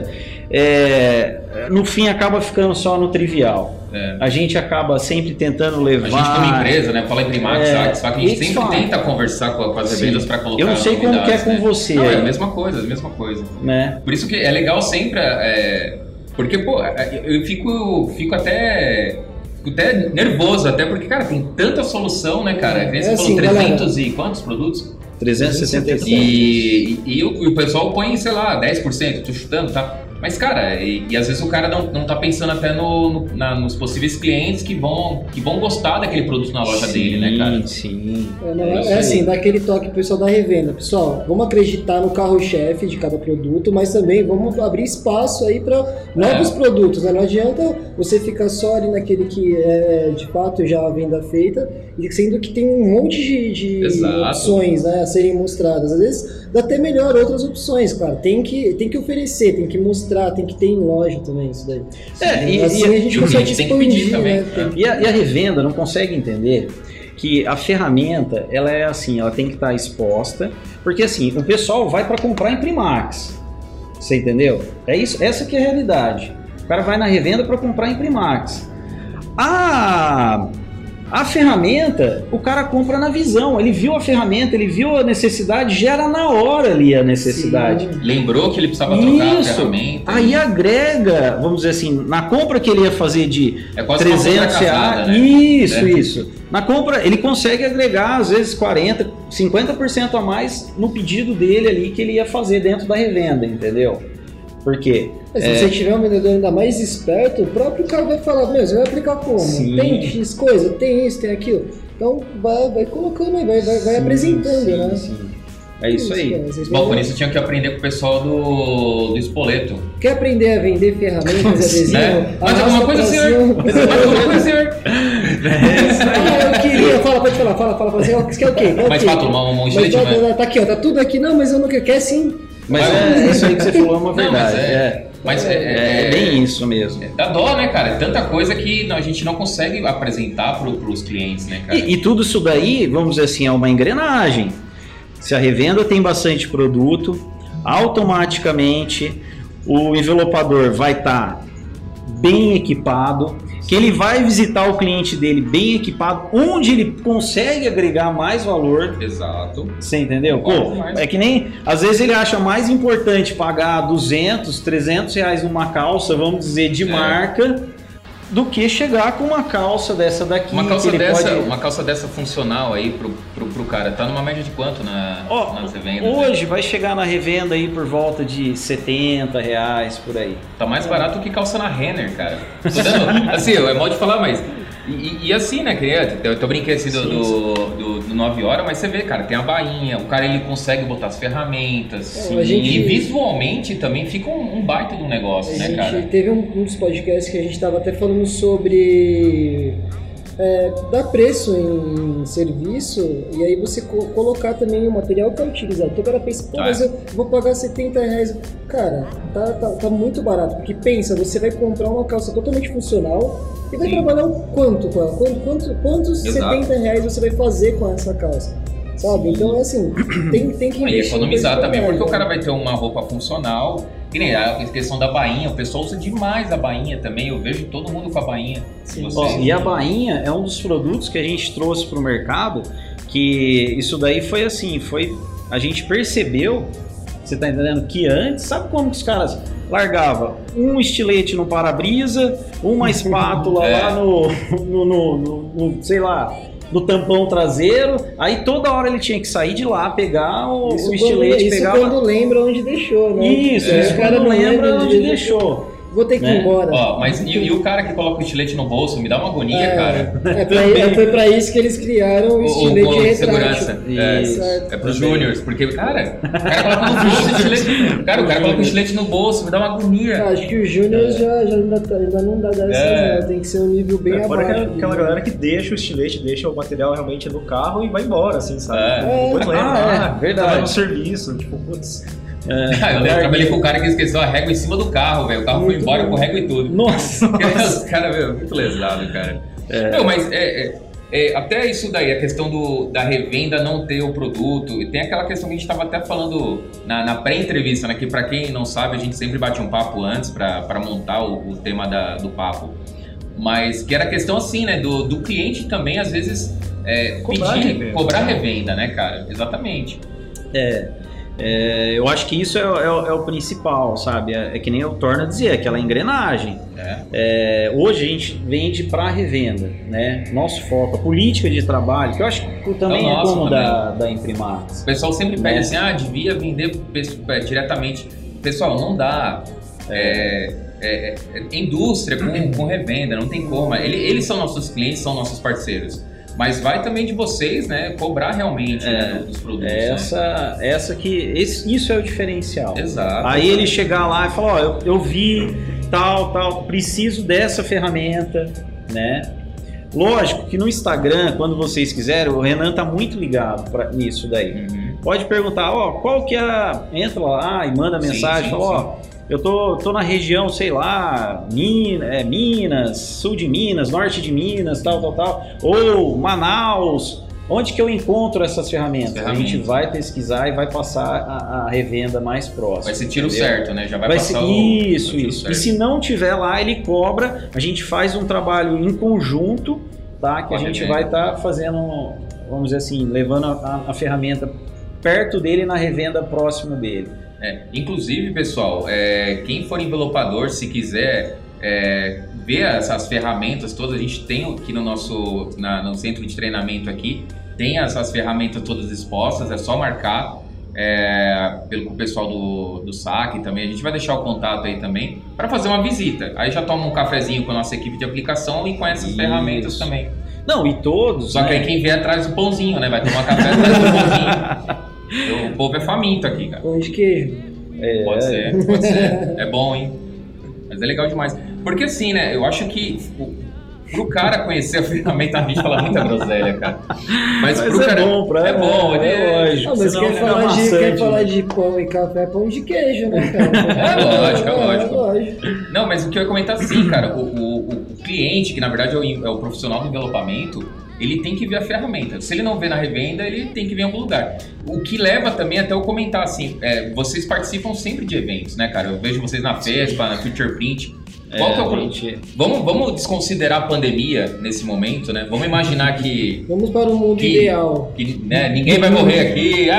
no fim, acaba ficando só no trivial. A gente acaba sempre tentando levar... A gente tem uma empresa, né? Fala em Primax, só que a gente sempre tenta conversar com as revendas para colocar... Eu não sei como que é com você. Não, é a mesma coisa, Né? Por isso que é legal sempre... porque, pô, eu fico até nervoso, até porque, cara, tem tanta solução, né, cara? Você falou 300 e quantos produtos? 367. E o pessoal põe, sei lá, 10%, tô chutando, tá? Mas, cara, e às vezes o cara não tá pensando até nos possíveis clientes que vão gostar daquele produto na loja dele, né, cara? Sim. Assim, dá aquele toque pro pessoal da revenda. Pessoal, vamos acreditar no carro-chefe de cada produto, mas também vamos abrir espaço aí para novos produtos, né? Não adianta você ficar só ali naquele que é de fato já a venda feita, e sendo que tem um monte de opções, né, a serem mostradas. Às vezes dá até melhor outras opções, cara. Tem que oferecer, tem que mostrar, tem que ter em loja também isso daí. E assim a gente consegue expandir também. E a revenda não consegue entender que a ferramenta, ela é assim, ela tem que estar exposta, porque assim, o pessoal vai para comprar em Primax. Você entendeu? É isso, essa que é a realidade. O cara vai na revenda para comprar em Primax. A ferramenta, o cara compra na visão. Ele viu a ferramenta, ele viu a necessidade, gera na hora ali a necessidade. Sim. Lembrou que ele precisava trocar a ferramenta. Aí agrega, vamos dizer assim, na compra que ele ia fazer de quase R$300, casada, né? Isso. Na compra, ele consegue agregar, às vezes, 40%, 50% a mais no pedido dele ali que ele ia fazer dentro da revenda, entendeu? Por quê? Se você tiver um vendedor ainda mais esperto, o próprio cara vai falar, você vai aplicar como? Sim. Tem X coisa, tem isso, tem aquilo. Então vai colocando aí, vai apresentando, né? Sim. É isso aí. Bom, por isso tinha que aprender com o pesal do Espoleto. Quer aprender a vender ferramentas e adesivo? Mas alguma coisa, senhor? Eu queria, pode falar, fala, você quer o quê? Mas Pato, um estilete, tá aqui, ó, tá tudo aqui, não, mas eu não quero sim. Mas isso aí que você falou é uma verdade. Mas é bem isso mesmo. Dá dó, né, cara? É tanta coisa que a gente não consegue apresentar para os clientes, né, cara? E tudo isso daí, vamos dizer assim, é uma engrenagem. Se a revenda tem bastante produto, automaticamente o envelopador vai estar bem equipado, que ele vai visitar o cliente dele bem equipado, onde ele consegue agregar mais valor. Exato. Você entendeu? É que nem, às vezes ele acha mais importante pagar 200, 300 reais numa calça, vamos dizer, de marca, do que chegar com uma calça dessa daqui. Uma calça dessa funcional aí pro cara, tá numa média de quanto nas revendas? Hoje vai chegar na revenda aí por volta de 70 reais, por aí. Tá mais barato que calça na Renner, cara. Assim, é mal de falar, mas... E assim, né, criança? Eu brinquei assim do 9 horas, mas você vê, cara, tem a bainha, o cara ele consegue botar as ferramentas. E visualmente também fica um baita de um negócio, né, cara? A gente teve um dos podcasts que a gente tava até falando sobre dar preço em serviço e aí você colocar também o material que é utilizado. Então o cara pensa, pô, mas eu vou pagar R$70. Cara, tá muito barato, porque pensa, você vai comprar uma calça totalmente funcional e vai trabalhar o quanto com ela? Quantos R$70 você vai fazer com essa calça? Sabe? Então é assim, tem que investir. E economizar também, porque o cara vai ter uma roupa funcional. Que nem a questão da bainha, o pessoal usa demais a bainha também, eu vejo todo mundo com a bainha. E a bainha é um dos produtos que a gente trouxe para o mercado, que isso daí foi assim, a gente percebeu, você tá entendendo, que antes, sabe como que os caras largavam um estilete no para-brisa, uma espátula lá no sei lá, no tampão traseiro, aí toda hora ele tinha que sair de lá, pegar o estilete, isso quando lembra onde deixou, né? Isso quando lembra onde deixou. Vou ter que ir embora. Ó, mas e o cara que coloca o estilete no bolso? Me dá uma agonia, cara. Foi pra isso que eles criaram o estilete de segurança. É pros júniors, porque, cara, o cara coloca no bolso o estilete. Cara, o cara coloca o estilete no bolso, me dá uma agonia. Acho que os júniors já ainda não dá dessas, tem que ser um nível bem abaixo. Fora aquela galera que deixa o estilete, deixa o material realmente no carro e vai embora, assim, sabe? Depois leva, verdade. Vai no serviço, tipo, putz. Eu trabalhei com o cara que esqueceu a régua em cima do carro, velho. O carro foi embora com régua e tudo. Nossa! Os caras, muito lesado, cara. Não, mas até isso daí, a questão da revenda não ter o produto. E tem aquela questão que a gente estava até falando na pré-entrevista, né? Que pra quem não sabe, a gente sempre bate um papo antes pra montar o tema do papo. Mas que era a questão assim, né? Do cliente também, às vezes, cobrar revenda, né, cara? Exatamente. Eu acho que isso é o principal, sabe? É que nem eu torno a dizer, aquela engrenagem. Hoje a gente vende para revenda, né? Nosso foco, a política de trabalho, que eu acho que também é como da Imprimax. O pessoal sempre pede assim, devia vender diretamente. Pessoal, não dá. Indústria com revenda, não tem como. Eles são nossos clientes, são nossos parceiros. Mas vai também de vocês, né? Cobrar realmente dos produtos. Isso é o diferencial. Exato. Aí ele chegar lá e falar, eu vi tal, preciso dessa ferramenta, né? Lógico que no Instagram, quando vocês quiserem, o Renan tá muito ligado nisso daí. Pode perguntar, qual que é... Entra lá e manda mensagem, fala, eu tô na região, sei lá, Minas, sul de Minas, norte de Minas, tal, ou Manaus, onde que eu encontro essas ferramentas? A gente vai pesquisar e vai passar a revenda mais próxima. Vai ser tiro certo, né? Já vai passar Isso. E se não tiver lá, ele cobra, a gente faz um trabalho em conjunto, tá? Que a gente vai estar fazendo, vamos dizer assim, levando a ferramenta perto dele na revenda próxima dele. Inclusive, pessoal, quem for envelopador, se quiser ver essas ferramentas todas, a gente tem aqui no centro de treinamento aqui, tem essas ferramentas todas expostas, é só marcar pelo pessoal do SAC também, a gente vai deixar o contato aí também, para fazer uma visita, aí já toma um cafezinho com a nossa equipe de aplicação e conhece as ferramentas também. Não, e todos... Só que aí quem vier atrás do pãozinho, né? Vai tomar café atrás do pãozinho. O povo é faminto aqui, cara. Pão de queijo. Pode ser. É bom, hein? Mas é legal demais. Porque assim, né? Eu acho que pro cara conhecer a ferramenta, a gente fala muita groselha, cara. Mas pro cara... bom, é bom, lógico. Mas quer falar de pão e café, pão de queijo, né, cara? É lógico. Não, mas o que eu ia comentar assim, cara, o cliente, que na verdade é o profissional do envelopamento, ele tem que ver a ferramenta. Se ele não vê na revenda, ele tem que ver em algum lugar. O que leva também até eu comentar assim, vocês participam sempre de eventos, né, cara? Eu vejo vocês na FESPA, na Future Print. Qual que é o Vamos desconsiderar a pandemia nesse momento, né? Vamos imaginar que... Vamos para o mundo ideal. Que, né, ninguém vai morrer aqui.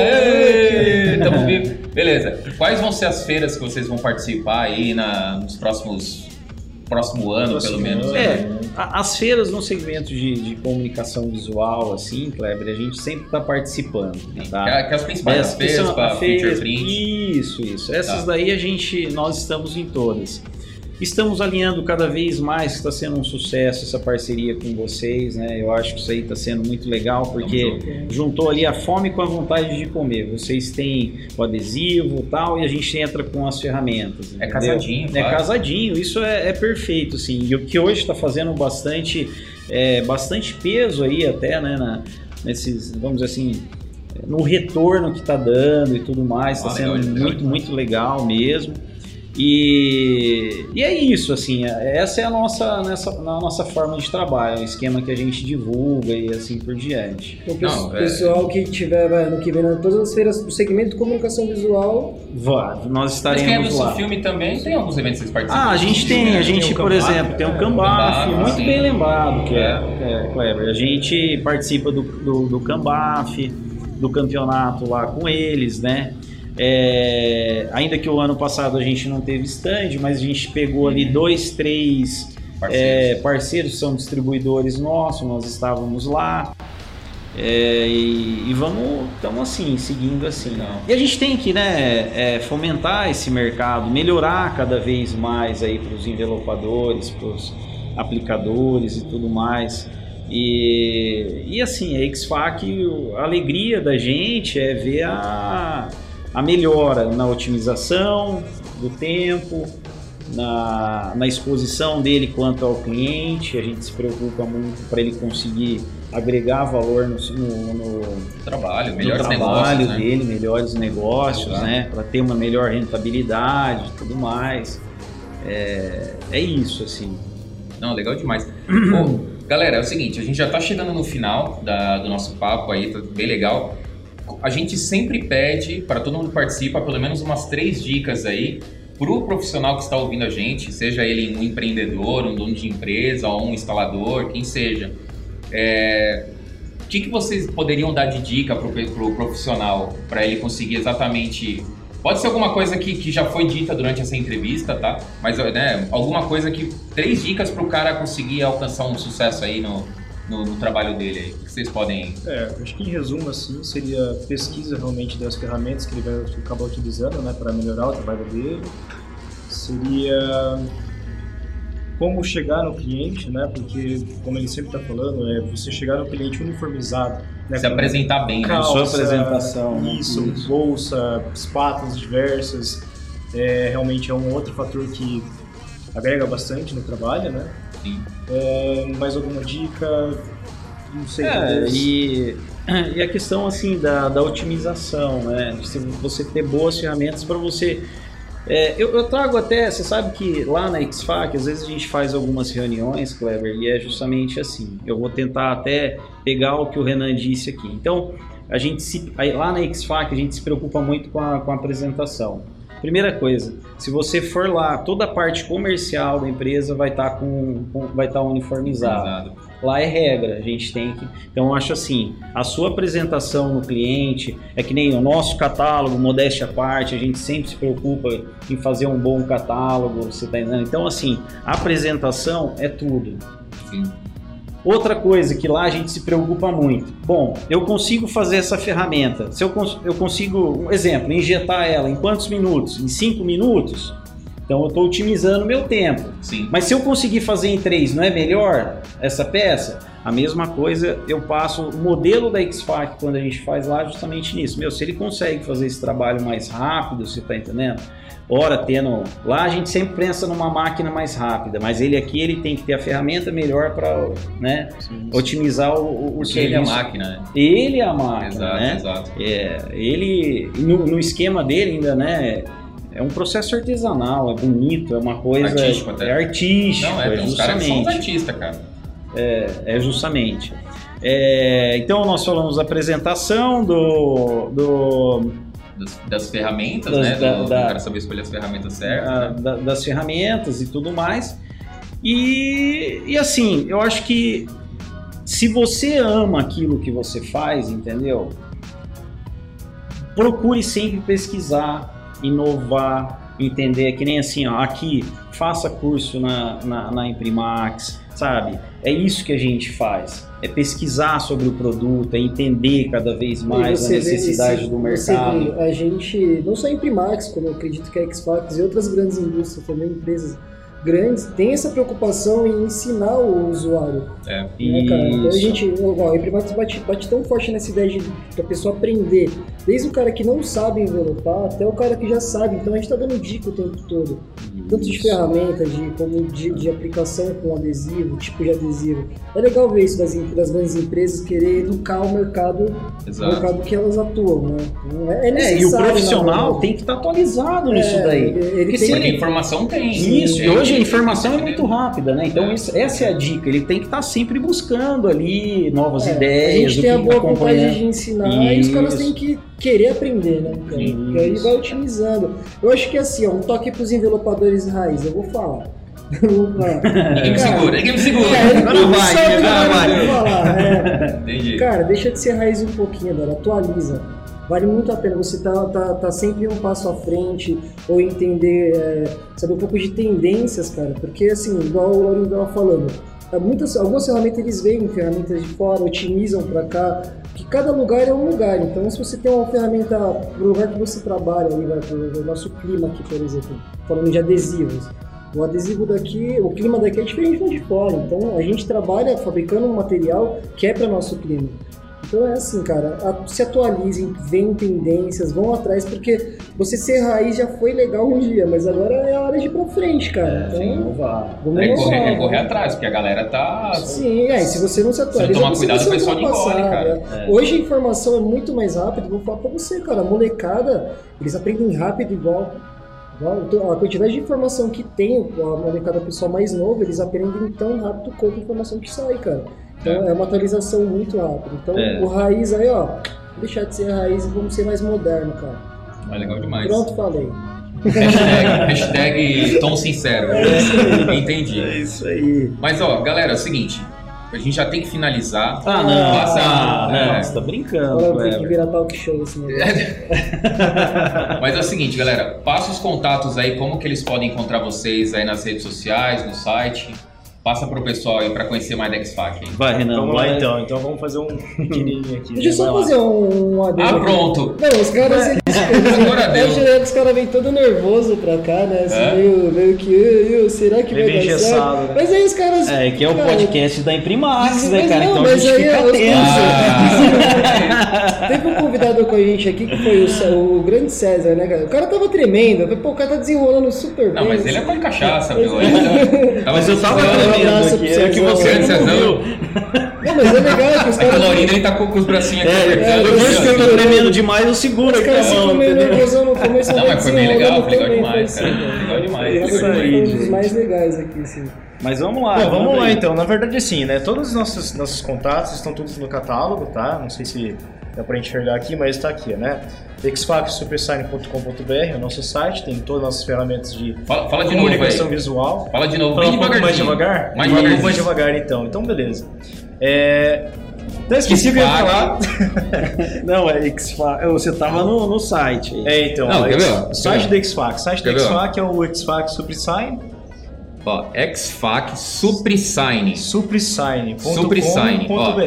Estamos vivos. Beleza. Quais vão ser as feiras que vocês vão participar aí nos próximo ano, pelo menos? As feiras no segmento de comunicação visual, assim, Kleber, a gente sempre está participando. Tá? Que as principais feiras, para Future Print. Isso. Essas daí nós estamos em todas. Estamos alinhando cada vez mais, está sendo um sucesso essa parceria com vocês, né? Eu acho que isso aí está sendo muito legal, porque juntou ali a fome com a vontade de comer. Vocês têm o adesivo e tal, e a gente entra com as ferramentas. Casadinho, claro. Casadinho, isso é perfeito, assim. E o que hoje está fazendo bastante bastante peso aí até, né, nesses, vamos dizer assim, no retorno que está dando e tudo mais, está sendo muito legal mesmo. E é isso, assim, essa é a nossa forma de trabalho, o esquema que a gente divulga e assim por diante. Então, pessoal que tiver ano que vem em todas as feiras do segmento de comunicação visual, nós estaremos lá. Mas filme também tem alguns eventos que vocês participam? A gente por exemplo, tem o Cambaf, muito bem lembrado, Kleber. A gente participa do Cambaf, do campeonato lá com eles, né? Ainda que o ano passado a gente não teve stand, mas a gente pegou ali 2, 3 parceiros que são distribuidores nossos, nós estávamos lá e estamos assim, seguindo assim. Não. E a gente tem que, né, fomentar esse mercado, melhorar cada vez mais aí para os envelopadores, para os aplicadores e tudo mais. E assim, a X-Fac, a alegria da gente é ver a melhora na otimização do tempo, na exposição dele quanto ao cliente. A gente se preocupa muito para ele conseguir agregar valor no trabalho, dele, melhores negócios, né? Para ter uma melhor rentabilidade e tudo mais. É isso, assim. Não, legal demais. Bom, galera, é o seguinte, a gente já está chegando no final do nosso papo aí, tá bem legal. A gente sempre pede para todo mundo participar pelo menos umas 3 dicas aí para o profissional que está ouvindo a gente, seja ele um empreendedor, um dono de empresa, ou um instalador, quem seja. O que vocês poderiam dar de dica para o profissional, para ele conseguir exatamente... Pode ser alguma coisa que já foi dita durante essa entrevista, tá? Mas, né, alguma coisa 3 dicas para o cara conseguir alcançar um sucesso aí no trabalho dele aí. O que vocês podem... acho que em resumo, assim, seria pesquisa realmente das ferramentas que ele vai acabar utilizando, né, para melhorar o trabalho dele. Seria como chegar no cliente, né, porque, como ele sempre está falando, você chegar no cliente uniformizado, né, se apresentar bem, né? Calça, sua apresentação. Isso, bolsa, espátulas diversas, realmente é um outro fator que agrega bastante no trabalho, né? Sim. Mais alguma dica? Não sei. E a questão assim da otimização, né? Se você ter boas ferramentas para você... eu trago até, você sabe que lá na X-Fac, às vezes a gente faz algumas reuniões, Kleber, e é justamente assim. Eu vou tentar até pegar o que o Renan disse aqui. Então, lá na X-Fac a gente se preocupa muito com a apresentação. Primeira coisa, se você for lá, toda a parte comercial da empresa vai estar uniformizada. Lá é regra, a gente tem que... Então eu acho assim, a sua apresentação no cliente é que nem o nosso catálogo, modéstia à parte, a gente sempre se preocupa em fazer um bom catálogo, você tá entendendo? Então assim, a apresentação é tudo. Sim. Outra coisa que lá a gente se preocupa muito. Bom, eu consigo fazer essa ferramenta. Se eu consigo, um exemplo, injetar ela em quantos minutos? Em 5 minutos? Então eu estou otimizando o meu tempo. Sim. Mas se eu conseguir fazer em 3, não é melhor essa peça? A mesma coisa eu passo o modelo da X-Fac quando a gente faz lá justamente nisso. Se ele consegue fazer esse trabalho mais rápido, você está entendendo? Lá a gente sempre pensa numa máquina mais rápida, mas ele tem que ter a ferramenta melhor para, né, otimizar o serviço. Ele é a máquina, né? Ele é a máquina, exato, né? Exato. Ele, no esquema dele ainda, né, é um processo artesanal, é bonito, é uma coisa... Artístico até. É artístico, não, tem uns caras que são os artistas, cara. Justamente. Então nós falamos da apresentação, das ferramentas, né? Do cara saber escolher as ferramentas certas. Né? Das ferramentas e tudo mais. E assim, eu acho que se você ama aquilo que você faz, entendeu? Procure sempre pesquisar, inovar, entender. Que nem assim, aqui, faça curso na Imprimax, sabe? É isso que a gente faz. É pesquisar sobre o produto, é entender cada vez mais a necessidade do mercado. A gente, não só a Imprimax, como eu acredito que a X-Fac e outras grandes indústrias, também empresas grandes, tem essa preocupação em ensinar o usuário. Né, cara? Então a Imprimax bate tão forte nessa ideia de a pessoa aprender Desde o cara que não sabe envelopar até o cara que já sabe. Então a gente tá dando dica o tempo todo. Tanto de ferramentas, como de aplicação com adesivo, tipo de adesivo. É legal ver isso das grandes empresas querer educar o mercado que elas atuam, né? Então, é necessário. E o profissional tem que estar atualizado nisso daí. Porque a informação tem. Isso, e hoje a informação é muito rápida, né? Então essa é a dica. Ele tem que estar sempre buscando ali novas ideias. A gente tem a boa vontade de ensinar e os caras têm que querer aprender, né, cara? E aí vai otimizando. Eu acho que assim, um toque pros envelopadores raiz, eu vou falar. Ninguém me segura. Entendi. Cara, deixa de ser raiz um pouquinho, velho. Atualiza. Vale muito a pena você tá sempre um passo à frente ou entender, saber um pouco de tendências, cara. Porque assim, igual o Laurinho estava falando, algumas ferramentas eles veem ferramentas de fora, otimizam para cá, que cada lugar é um lugar. Então, se você tem uma ferramenta pro lugar que você trabalha, ali, vai pro nosso clima aqui, por exemplo, falando de adesivos. O adesivo daqui, o clima daqui é diferente do de fora. Então, a gente trabalha fabricando um material que é para nosso clima. Então é assim, cara, se atualizem, veem tendências, vão atrás, porque você ser raiz já foi legal um dia, mas agora é a hora de ir pra frente, cara. Então, vamos correr atrás, porque a galera tá... Sim, se você não se atualiza, se tomar cuidado, o pessoal engole, cara. Hoje a informação é muito mais rápida, vou falar pra você, cara, a molecada, eles aprendem rápido igual. A quantidade de informação que tem, a molecada pessoal mais novo, eles aprendem tão rápido quanto a informação que sai, cara. Então é uma atualização muito rápida. Então o raiz aí, deixar de ser raiz e vamos ser mais moderno, cara. É legal demais. Pronto, falei. Hashtag tom sincero. Entendi. É isso aí. Mas galera, é o seguinte. A gente já tem que finalizar. Você tá brincando. Agora tem que virar talk show esse negócio. Mas é o seguinte, galera. Passa os contatos aí, como que eles podem encontrar vocês aí nas redes sociais, no site. Passa pro pessoal aí pra conhecer mais da X-Fac. Vai, Renan. Vamos lá então. Então vamos fazer um pequenininho aqui. Deixa eu só fazer um adendo. Pronto. Não, os caras... Os caras vêm todo nervoso pra cá, né? Assim, meio que... será que vai dar certo? Né? Mas aí os caras... que é o podcast da Imprimax, né, cara? Então mas a gente fica tenso. Teve um convidado com a gente aqui que foi o grande César, né, cara? O cara tava tremendo. Eu falei, o cara tá desenrolando super bem. Não, mas ele é com cachaça, meu. Mas eu tava tremendo aqui. É que você não viu. Não, mas é legal que os caras... A Laurina, ele tá com os bracinhos aqui. Depois que eu tô tremendo demais, eu seguro aqui a mão. No começo, não, mas foi bem legal, foi legal demais, cara. Legal demais. Foi um dos mais legais aqui, assim. Mas vamos lá. Bom, vamos lá então. Na verdade, assim, né? Todos os nossos contatos estão todos no catálogo, tá? Não sei se dá pra enxergar aqui, mas está aqui, né? xfacsupersign.com.br é o nosso site, tem todas as nossas ferramentas de fala de comunicação novo, visual. Fala de novo, bem devagarzinho. Mais devagar? Mais devagar, então. Então, beleza. Não esqueci o que eu ia falar. Não, é X-Fac. Você tava no site. Então. Não, quer ver? O site da X-Fac. O site da X-Fac é o X-Fac Suprisign. X-Fac Suprisign. Suprisign.com.br.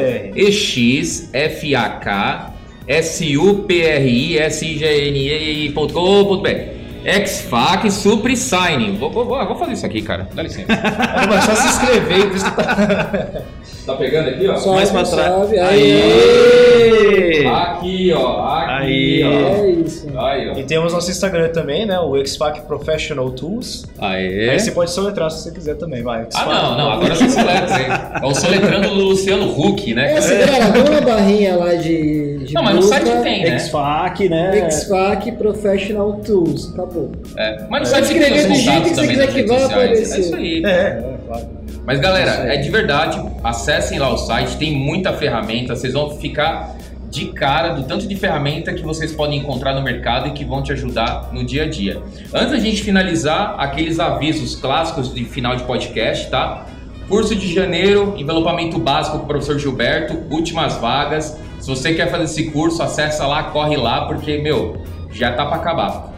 XFAC X-Fac Suprisign. Vou fazer isso aqui, cara. Dá licença. Mas só se inscrever. Tá pegando aqui, ó? Só mais pra trás. Aê! Aqui, ó. Aí, ó. É isso. Aí, ó. E temos nosso Instagram também, né? O X-Fac Professional Tools. Aí você pode soletrar se você quiser também, vai. Não. Agora você soletra, hein? É o soletrando do Luciano Huck, né? Galera, dá uma barrinha lá de não, mas no site tem, né? X-Fac, né? X-Fac Professional Tools. Acabou. Mas no site tem os contatos também nas redes sociais. É isso aí. Claro. Mas galera, de verdade, acessem lá o site, tem muita ferramenta, vocês vão ficar de cara do tanto de ferramenta que vocês podem encontrar no mercado e que vão te ajudar no dia a dia. Antes da gente finalizar, aqueles avisos clássicos de final de podcast, tá? Curso de janeiro, envelopamento básico com o professor Gilberto, últimas vagas. Se você quer fazer esse curso, acessa lá, corre lá, porque, já tá para acabar.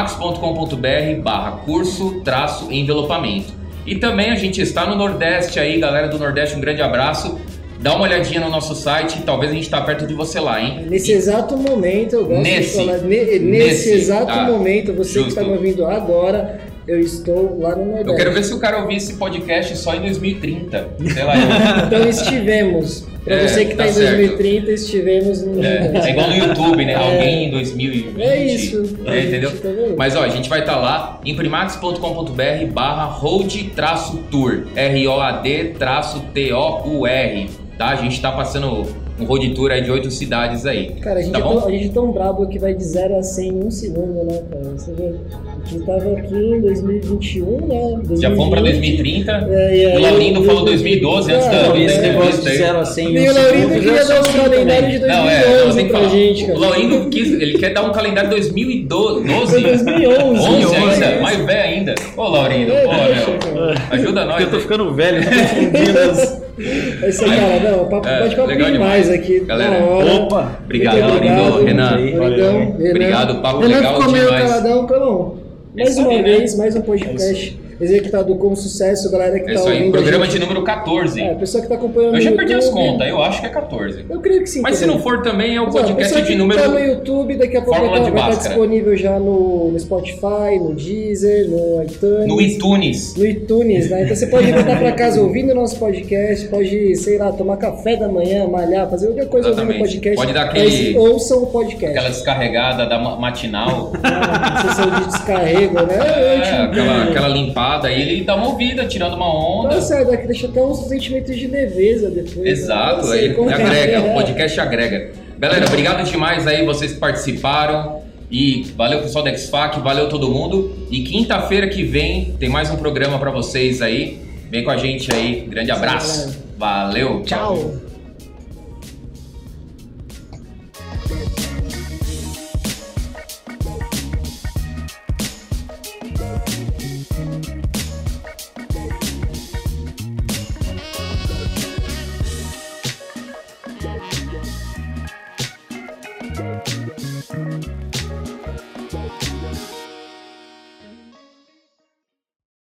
imprimax.com.br/curso-envelopamento. E também a gente está no Nordeste aí, galera do Nordeste, um grande abraço. Dá uma olhadinha no nosso site, talvez a gente tá perto de você lá, hein? Nesse exato momento, eu gosto de falar, nesse exato momento, você que está me ouvindo agora, Eu estou lá no Nordeste. Eu quero ver se o cara ouvir esse podcast só em 2030. Sei lá. Então estivemos. Pra você que tá em 2030, estivemos no É igual no YouTube, né? Alguém em 2020. É isso. Entendeu? Mas ó, a gente vai estar lá, imprimax.com.br/road-tour. ROAD-TOUR. Tá? A gente tá passando um road tour aí de 8 cidades aí. Cara, a gente, tá a gente é tão brabo que vai de 0 a 100 em 1 segundo, né, cara? Você vê, a gente tava aqui em 2021, né? 2020, já fomos pra 2030. O Laurindo falou 2012 antes da esse negócio de 0 a 100 E o Laurindo queria dar um calendário de 2011 pra gente, cara. O Laurindo ele quer dar um cacalendário de 2012. 2011. 11 ainda, mais velho ainda. Ô, Laurindo, ajuda nós. Eu tô ficando velho, tô confundindo. É isso aí, cara. Não, pode papo demais aqui. Galera, opa! Obrigado, Laurindo. Renan. Renan. Obrigado, papo Renan legal ficou meio demais. caladão, calão. Mais uma vez, mais um podcast executado com sucesso, galera que tá ouvindo. Isso aí, programa de número 14. A pessoa que tá acompanhando. Eu já perdi as contas, eu acho que é 14. Eu creio que sim. Mas também. se não for também, é o Mas, podcast de número. Tá no YouTube, daqui a pouco vai estar disponível já no Spotify, no Deezer, no iTunes. No iTunes. No iTunes, né? Então você pode voltar pra casa ouvindo o nosso podcast, pode, sei lá, tomar café da manhã, malhar, fazer qualquer coisa ouvindo o podcast. Pode dar aquele. Ouçam o podcast. Aquela descarregada da matinal. Sessão de descarrego, né? Aquela limpada aí, ele dá uma ouvida, tirando uma onda. Tá certo, deixa até uns sentimentos de leveza depois. Exato, né? aí agrega, o podcast agrega. Galera, obrigado demais aí vocês que participaram. E valeu pessoal da X-Fac, valeu todo mundo. E quinta-feira que vem tem mais um programa pra vocês aí. Vem com a gente aí. Grande abraço. Valeu. Tchau.